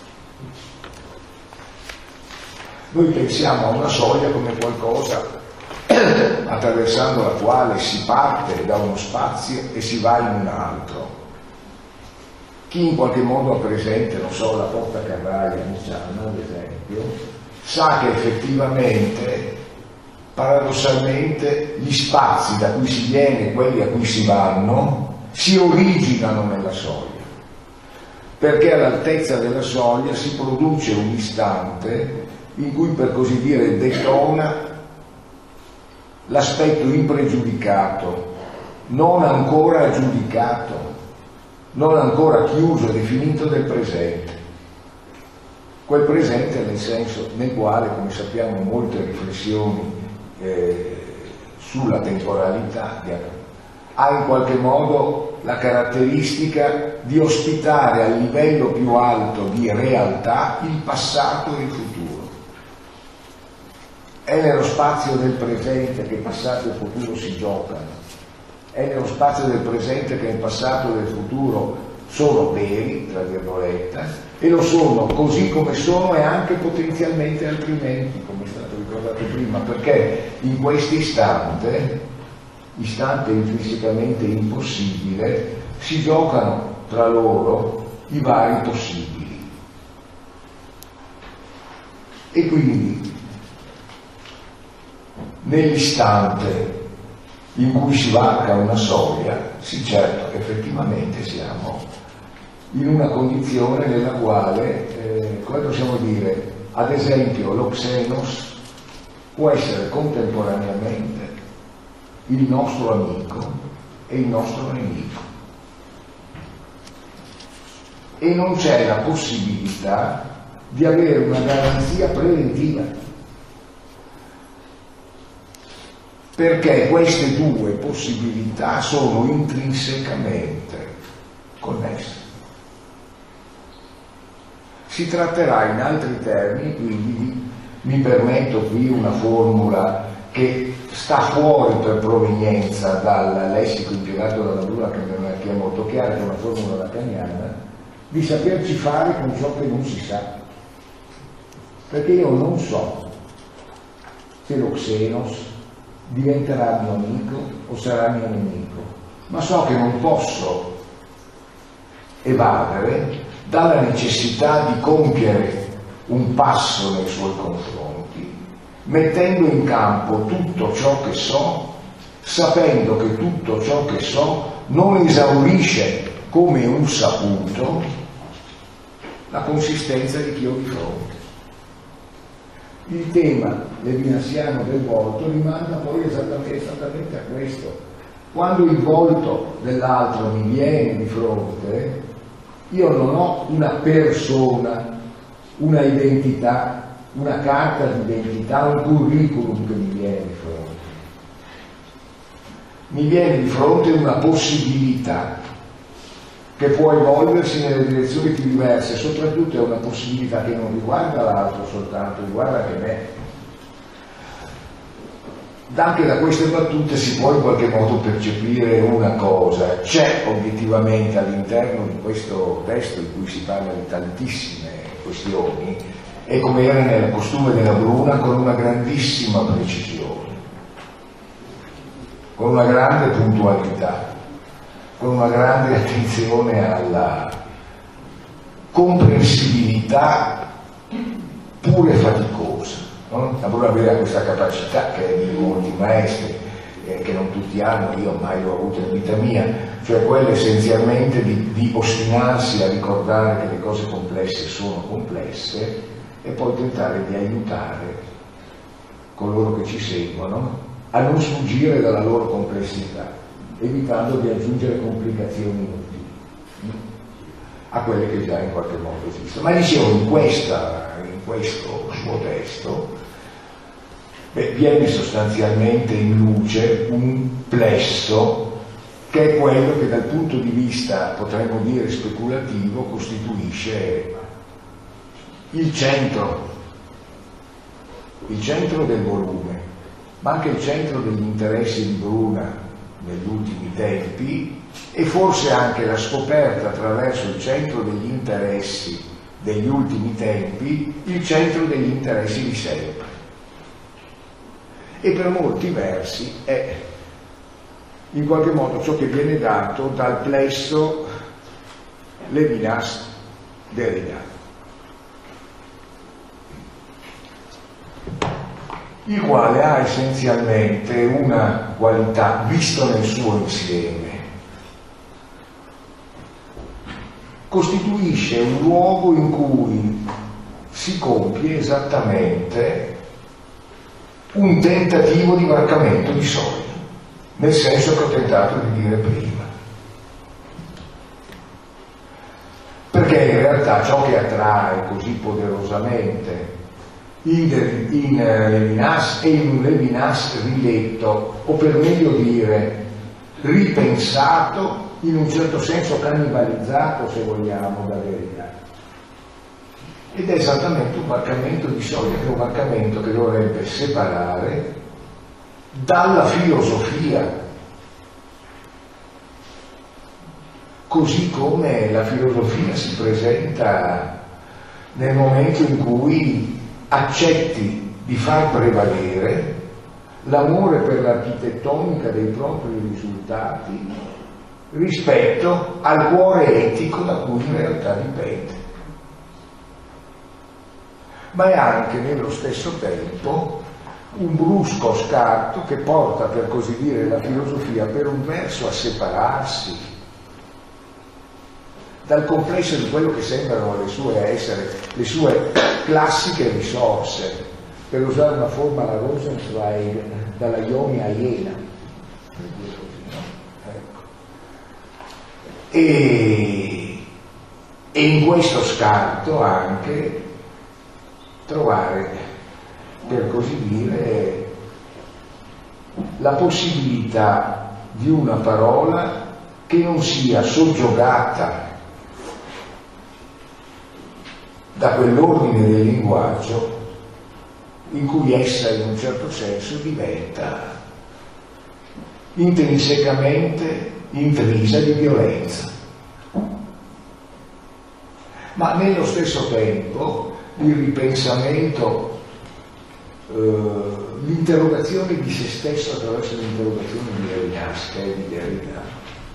Noi pensiamo a una soglia come qualcosa attraversando la quale si parte da uno spazio e si va in un altro. Chi in qualche modo ha presente, non so, la Porta Carraia Nicciana, ad esempio, sa che effettivamente, paradossalmente, gli spazi da cui si viene e quelli a cui si vanno si originano nella soglia, perché all'altezza della soglia si produce un istante in cui, per così dire, detona l'aspetto impregiudicato, non ancora giudicato, non ancora chiuso e definito del presente. Quel presente nel senso nel quale, come sappiamo, molte riflessioni eh, sulla temporalità ha in qualche modo la caratteristica di ospitare al livello più alto di realtà il passato e il futuro. È nello spazio del presente che passato e futuro si giocano, è nello spazio del presente che il passato e il futuro sono veri, tra virgolette, e lo sono così come sono e anche potenzialmente altrimenti, come è stato ricordato prima, perché in questo istante, istante intrinsecamente impossibile, si giocano tra loro i vari possibili. E quindi nell'istante in cui si varca una soglia, sì, certo, effettivamente siamo in una condizione nella quale, eh, come possiamo dire, ad esempio lo Xenos può essere contemporaneamente il nostro amico e il nostro nemico, e non c'è la possibilità di avere una garanzia preventiva, perché queste due possibilità sono intrinsecamente connesse. Si tratterà in altri termini, quindi mi permetto qui una formula che sta fuori per provenienza dal lessico impiegato dalla Bruna, che è molto chiara, che è una formula lacaniana, di saperci fare con ciò che non si sa. Perché io non so se lo Xenos diventerà mio amico o sarà mio nemico, ma so che non posso evadere dalla necessità di compiere un passo nei suoi confronti, mettendo in campo tutto ciò che so, sapendo che tutto ciò che so non esaurisce come un saputo la consistenza di chi ho di fronte. Il tema levinasiano del volto rimanda poi esattamente, esattamente a questo. Quando il volto dell'altro mi viene di fronte, io non ho una persona, una identità, una carta di identità, un curriculum che mi viene di fronte. Mi viene di fronte una possibilità che può evolversi nelle direzioni più diverse, soprattutto è una possibilità che non riguarda l'altro soltanto, riguarda anche me. Anche da queste battute si può in qualche modo percepire una cosa: c'è obiettivamente all'interno di questo testo in cui si parla di tantissime questioni, e come era nel costume della Bruna, con una grandissima precisione, con una grande puntualità, con una grande attenzione alla comprensibilità pure faticosa. No? La Bruna aveva questa capacità, che è di molti maestri, eh, che non tutti hanno, io mai l'ho avuta in vita mia, cioè quella essenzialmente di, di ostinarsi a ricordare che le cose complesse sono complesse e poi tentare di aiutare coloro che ci seguono a non sfuggire dalla loro complessità, evitando di aggiungere complicazioni inutili a quelle che già in qualche modo esistono. Ma dicevo, in, questa, in questo suo testo beh, viene sostanzialmente in luce un plesso che è quello che dal punto di vista, potremmo dire, speculativo, costituisce il centro, il centro del volume, ma anche il centro degli interessi di Bruna negli ultimi tempi, e forse anche la scoperta attraverso il centro degli interessi degli ultimi tempi, il centro degli interessi di sempre. E per molti versi è in qualche modo ciò che viene dato dal plesso Levinas-Derrida, il quale ha essenzialmente una qualità, visto nel suo insieme, costituisce un luogo in cui si compie esattamente un tentativo di varcamento di soglia, nel senso che ho tentato di dire prima. Perché in realtà ciò che attrae così poderosamente in, in Levinas e in un Levinas riletto, o per meglio dire ripensato, in un certo senso cannibalizzato, se vogliamo, da Derrida. Ed è esattamente un varcamento di soglia, che è un varcamento che dovrebbe separare dalla filosofia, così come la filosofia si presenta nel momento in cui accetti di far prevalere l'amore per l'architettonica dei propri risultati rispetto al cuore etico da cui in realtà dipende. Ma è anche nello stesso tempo un brusco scarto che porta, per così dire, la filosofia per un verso a separarsi dal complesso di quello che sembrano le sue essere, le sue classiche risorse, per usare una forma alla Rosenzweig, dalla Ionia a Iena. E, e in questo scarto anche trovare, per così dire, la possibilità di una parola che non sia soggiogata da quell'ordine del linguaggio in cui essa in un certo senso diventa intrinsecamente intrisa di violenza. Ma nello stesso tempo il ripensamento, eh, l'interrogazione di se stesso attraverso l'interrogazione di Levinas e di Derrida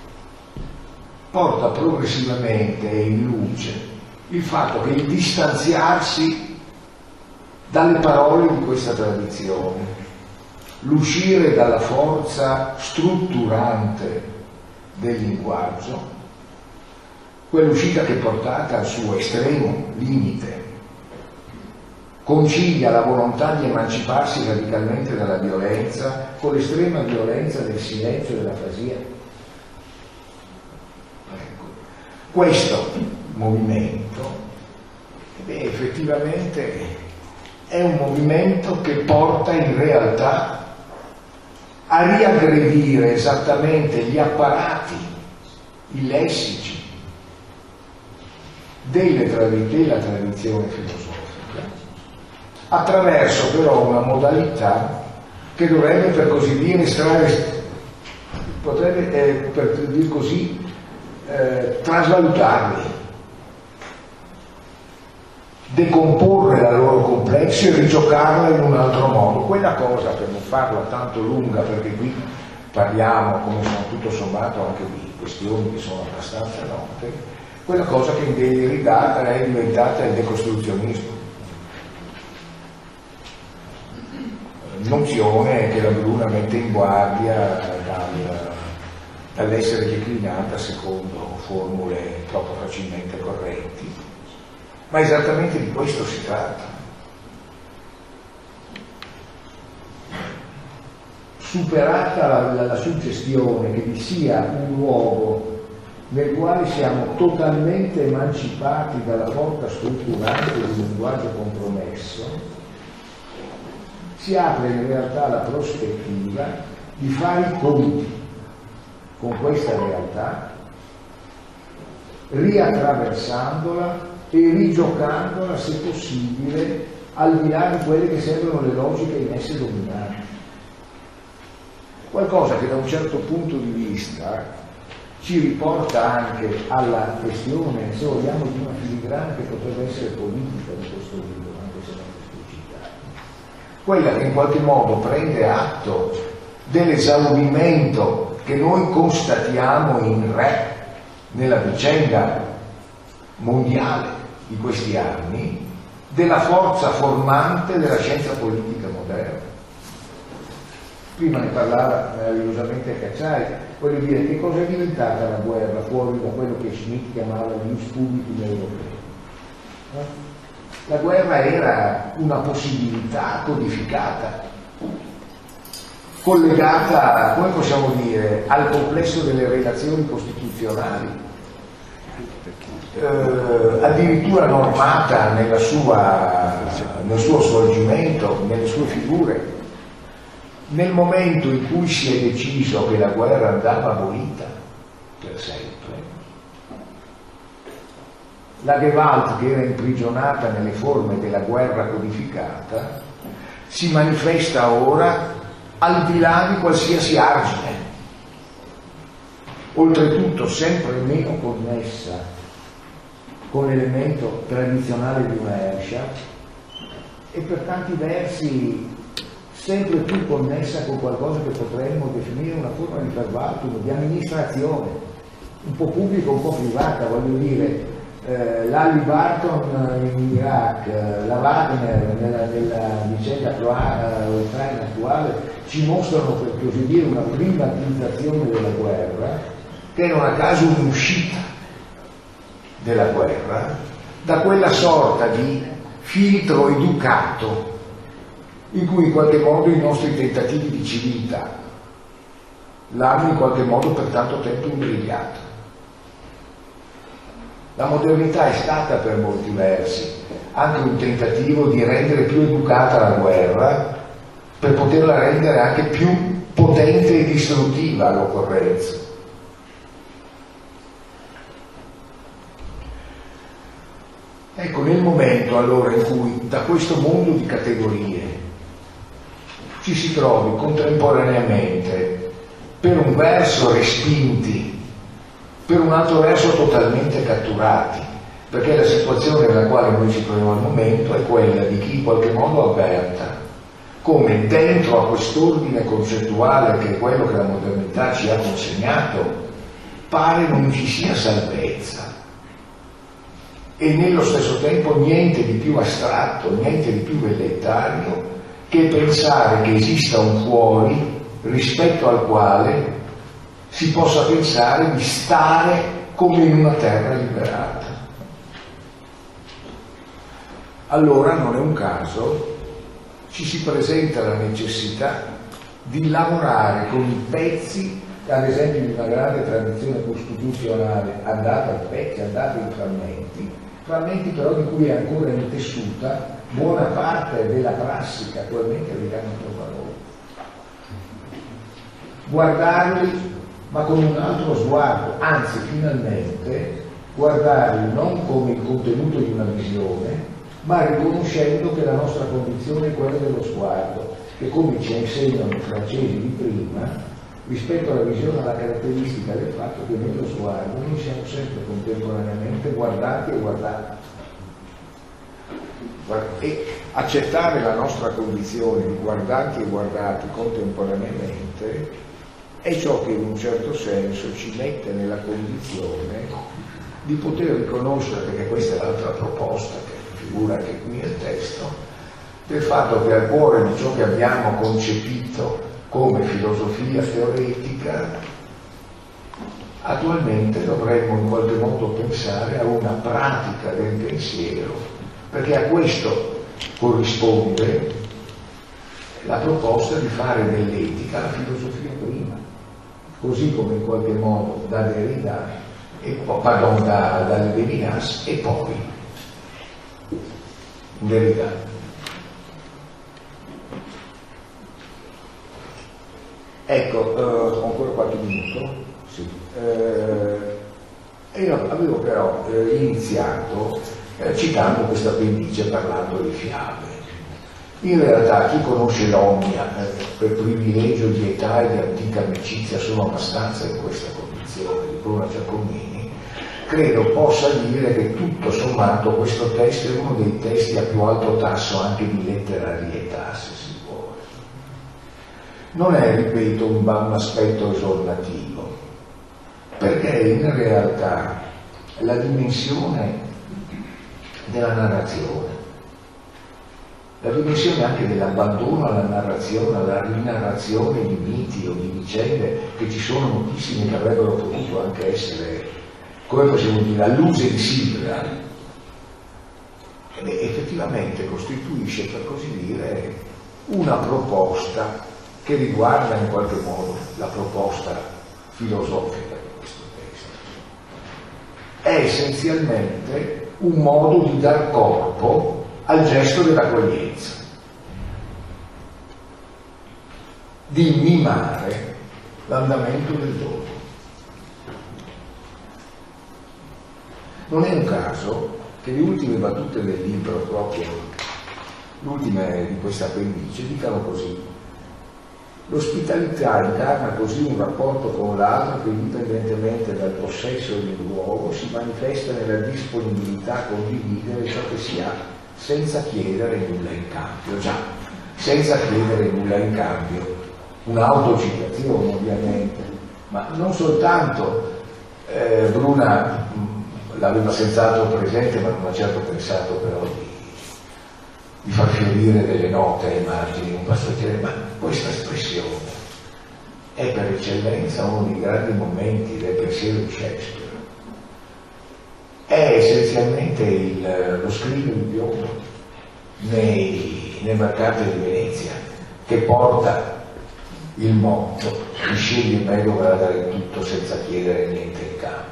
porta progressivamente in luce il fatto che il distanziarsi dalle parole di questa tradizione, l'uscire dalla forza strutturante del linguaggio, quell'uscita che portata al suo estremo limite concilia la volontà di emanciparsi radicalmente dalla violenza con l'estrema violenza del silenzio e dell'afasia. Ecco. Questo movimento, beh, effettivamente è un movimento che porta in realtà a riaggredire esattamente gli apparati, i lessici delle trad- della tradizione filosofica, attraverso però una modalità che dovrebbe, per così dire, estrarre, potrebbe, eh, per dir così, eh, trasvalutarli, decomporre la loro complesso e rigiocarla in un altro modo. Quella cosa, per non farla tanto lunga, perché qui parliamo, come sono tutto sommato anche di questioni che sono abbastanza note, quella cosa che in Derrida è diventata il decostruzionismo, nozione che la Bruna mette in guardia dal, dall'essere declinata secondo formule troppo facilmente correnti. Ma esattamente di questo si tratta. Superata la, la, la suggestione che vi sia un luogo nel quale siamo totalmente emancipati dalla porta strutturante del linguaggio compromesso, si apre in realtà la prospettiva di fare i conti con questa realtà, riattraversandola e rigiocandola, se possibile, al di là di quelle che sembrano le logiche in esse dominanti. Qualcosa che da un certo punto di vista ci riporta anche alla questione, se vogliamo, di una filigrana che potrebbe essere politica di questo libro, anche se non esplicitata, quella che in qualche modo prende atto dell'esaurimento che noi constatiamo in re nella vicenda mondiale di questi anni, della forza formante della scienza politica moderna. Prima ne parlava meravigliosamente Cacciari, voglio dire, che cosa è diventata la guerra fuori da quello che Schmitt chiamava gli publicum europei? No? La guerra era una possibilità codificata, collegata, come possiamo dire, al complesso delle relazioni costituzionali, eh, addirittura normata nella sua, nel suo svolgimento, nelle sue figure. Nel momento in cui si è deciso che la guerra andava abolita per sempre, la Gewalt, che era imprigionata nelle forme della guerra codificata, si manifesta ora al di là di qualsiasi argine, oltretutto sempre meno connessa con l'elemento tradizionale di una Herrschaft e per tanti versi sempre più connessa con qualcosa che potremmo definire una forma di verbatim, di amministrazione, un po' pubblica, un po' privata, voglio dire, eh, l'Ali Barton in Iraq, la Wagner nella, nella vicenda ucraina attuale ci mostrano, per così dire, una privatizzazione della guerra, che non a caso un'uscita della guerra da quella sorta di filtro educato in cui in qualche modo i nostri tentativi di civiltà l'hanno in qualche modo per tanto tempo imbrigliato. La modernità è stata per molti versi anche un tentativo di rendere più educata la guerra per poterla rendere anche più potente e distruttiva all'occorrenza. Ecco, nel momento allora in cui da questo mondo di categorie ci si trovi contemporaneamente per un verso respinti, per un altro verso totalmente catturati, perché la situazione nella quale noi ci troviamo al momento è quella di chi in qualche modo avverta come dentro a quest'ordine concettuale che è quello che la modernità ci ha consegnato pare non ci sia salvezza e nello stesso tempo niente di più astratto, niente di più velleitario che pensare che esista un fuori rispetto al quale si possa pensare di stare come in una terra liberata. Allora non è un caso, ci si presenta la necessità di lavorare con i pezzi, ad esempio di una grande tradizione costituzionale andata a pezzi, andata in frammenti, frammenti però di cui è ancora intessuta buona parte della prassi che attualmente vediamo intorno a noi. Guardarli ma con un altro sguardo, anzi finalmente guardarli non come il contenuto di una visione, ma riconoscendo che la nostra condizione è quella dello sguardo, che come ci insegnano i francesi di prima, rispetto alla visione ha la caratteristica del fatto che nello sguardo noi siamo sempre contemporaneamente guardati e guardati. E accettare la nostra condizione di guardanti e guardati contemporaneamente è ciò che in un certo senso ci mette nella condizione di poter riconoscere, perché questa è l'altra proposta che figura anche qui nel testo, del fatto che al cuore di ciò che abbiamo concepito come filosofia teoretica attualmente dovremmo in qualche modo pensare a una pratica del pensiero, perché a questo corrisponde la proposta di fare dell'etica la filosofia prima, così come in qualche modo da Derrida, e, pardon, da, da Levinas e poi Derrida. Ecco, eh, ho ancora qualche minuto. Sì. Eh, io avevo però eh, iniziato eh, citando questa appendice parlando di fiabe. In realtà chi conosce l'Omnia eh, per privilegio di età e di antica amicizia sono abbastanza in questa condizione, di Bruna Giacomini, credo possa dire che tutto sommato questo testo è uno dei testi a più alto tasso anche di letterarietà, se si vuole. Non è, ripeto, un, un aspetto esornativo, perché in realtà la dimensione della narrazione, la dimensione anche dell'abbandono alla narrazione, alla rinarrazione di miti o di vicende che ci sono moltissime che avrebbero potuto anche essere, come possiamo dire, all'use di sigla, ed effettivamente costituisce, per così dire, una proposta che riguarda in qualche modo la proposta filosofica di questo testo. È essenzialmente un modo di dar corpo al gesto dell'accoglienza, di mimare l'andamento del dono. Non è un caso che le ultime battute del libro, proprio l'ultima di questa appendice, dicano così: l'ospitalità incarna così un rapporto con l'altro che, indipendentemente dal possesso del luogo, si manifesta nella disponibilità a condividere ciò che si ha, senza chiedere nulla in cambio. Già, senza chiedere nulla in cambio, un'autocitazione ovviamente, ma non soltanto eh, Bruna mh, l'aveva senz'altro presente, ma non ha certo pensato però di, di far fiorire delle note ai margini, un passaggero, ma questa espressione è per eccellenza uno dei grandi momenti del pensiero di Shakespeare. È essenzialmente il, lo scrigno di piombo nei, nei mercati di Venezia che porta il motto: chi sceglie meglio vorrà dare tutto senza chiedere niente in cambio.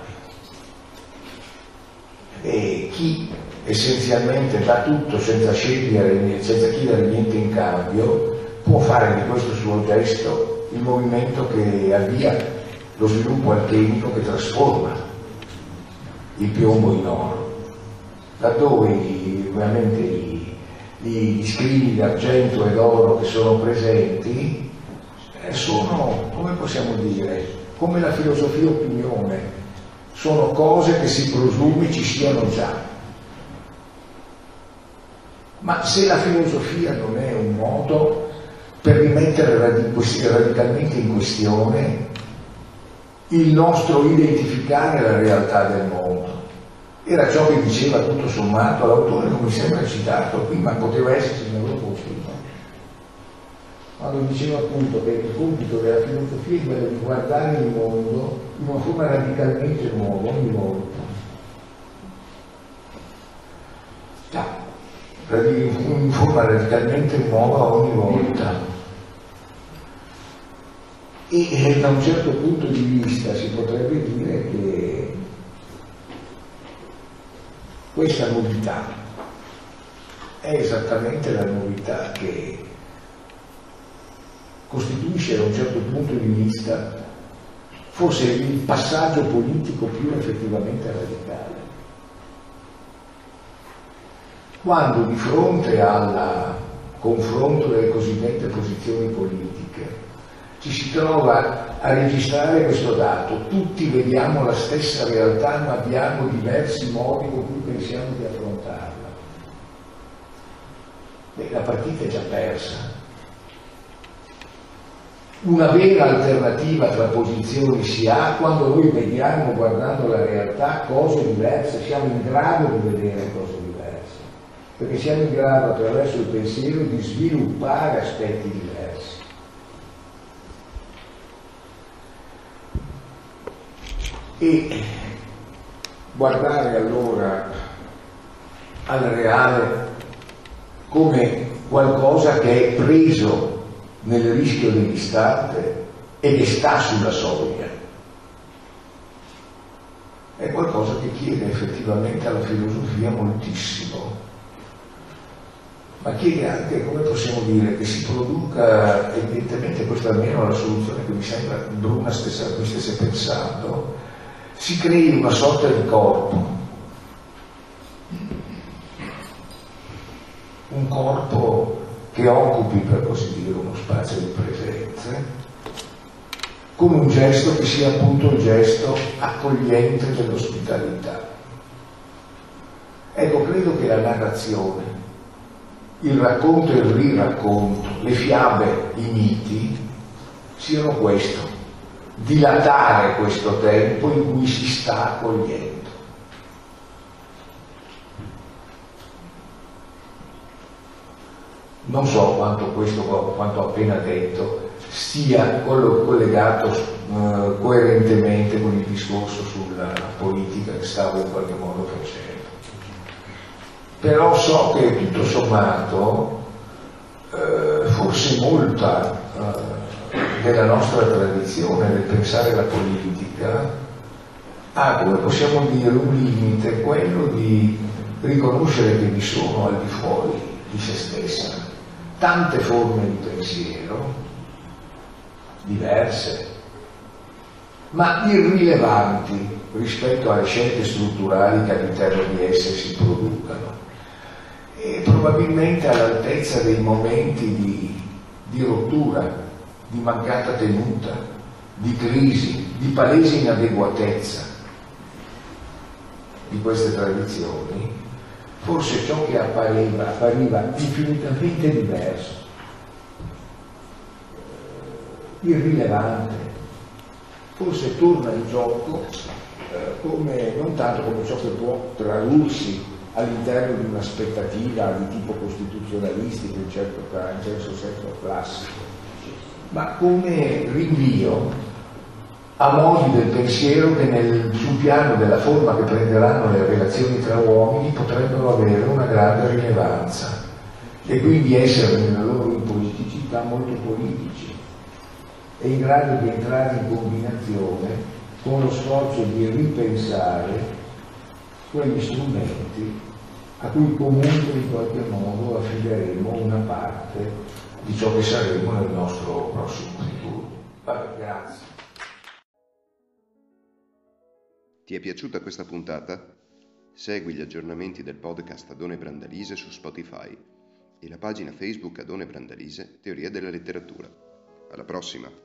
E chi essenzialmente dà tutto senza scegliere, senza chiedere niente in cambio, può fare di questo suo gesto il movimento che avvia lo sviluppo alchemico che trasforma il piombo in oro, laddove i, ovviamente i, gli scrigni d'argento e d'oro che sono presenti eh, sono, come possiamo dire, come la filosofia opinione, sono cose che si presume ci siano già. Ma se la filosofia non è un modo per rimettere radicalmente in questione il nostro identificare la realtà del mondo, era ciò che diceva tutto sommato l'autore, non mi sembra citato qui, ma poteva esserci nel loro conflitto, quando diceva appunto che il compito della filosofia è quello di guardare il mondo in una forma radicalmente nuova ogni volta. Già, in forma radicalmente nuova ogni volta. E da un certo punto di vista si potrebbe dire che questa novità è esattamente la novità che costituisce da un certo punto di vista forse il passaggio politico più effettivamente radicale. Quando di fronte al confronto delle cosiddette posizioni politiche ci si trova a registrare questo dato: tutti vediamo la stessa realtà ma abbiamo diversi modi con cui pensiamo di affrontarla. Beh, la partita è già persa. Una vera alternativa tra posizioni si ha quando noi vediamo, guardando la realtà, cose diverse, siamo in grado di vedere cose diverse, perché siamo in grado attraverso il pensiero di sviluppare aspetti diversi. E guardare allora al reale come qualcosa che è preso nel rischio dell'istante e che sta sulla soglia è qualcosa che chiede effettivamente alla filosofia moltissimo, ma chiede anche, come possiamo dire, che si produca, evidentemente questa almeno è la soluzione che mi sembra Bruna stessa, mi stesse pensando, si crei una sorta di corpo, un corpo che occupi, per così dire, uno spazio di presenze come un gesto che sia appunto il gesto accogliente dell'ospitalità. Ecco, credo che la narrazione, il racconto e il riracconto, le fiabe, i miti, siano questo, dilatare questo tempo in cui si sta accogliendo. Non so quanto questo, quanto ho appena detto, sia collegato eh, coerentemente con il discorso sulla politica che stavo in qualche modo facendo. Però so che tutto sommato eh, forse molta eh, della nostra tradizione nel pensare la politica ha, come possiamo dire, un limite, quello di riconoscere che vi sono al di fuori di se stessa tante forme di pensiero diverse, ma irrilevanti rispetto alle scelte strutturali che all'interno di esse si producano, e probabilmente all'altezza dei momenti di, di rottura, di mancata tenuta, di crisi, di palese inadeguatezza di queste tradizioni. Forse ciò che appariva, appariva infinitamente diverso, irrilevante, forse torna in gioco eh, come, non tanto come ciò che può tradursi all'interno di un'aspettativa di tipo costituzionalistico in, certo, in certo senso classico, ma come rinvio a modi del pensiero che nel, sul piano della forma che prenderanno le relazioni tra uomini potrebbero avere una grande rilevanza e quindi essere nella loro impoliticità molto politici e in grado di entrare in combinazione con lo sforzo di ripensare quegli strumenti a cui comunque in qualche modo affideremo una parte di ciò che saremo nel nostro prossimo futuro. Vabbè, grazie. Ti è piaciuta questa puntata? Segui gli aggiornamenti del podcast Adone Brandalise su Spotify e la pagina Facebook Adone Brandalise Teoria della letteratura. Alla prossima!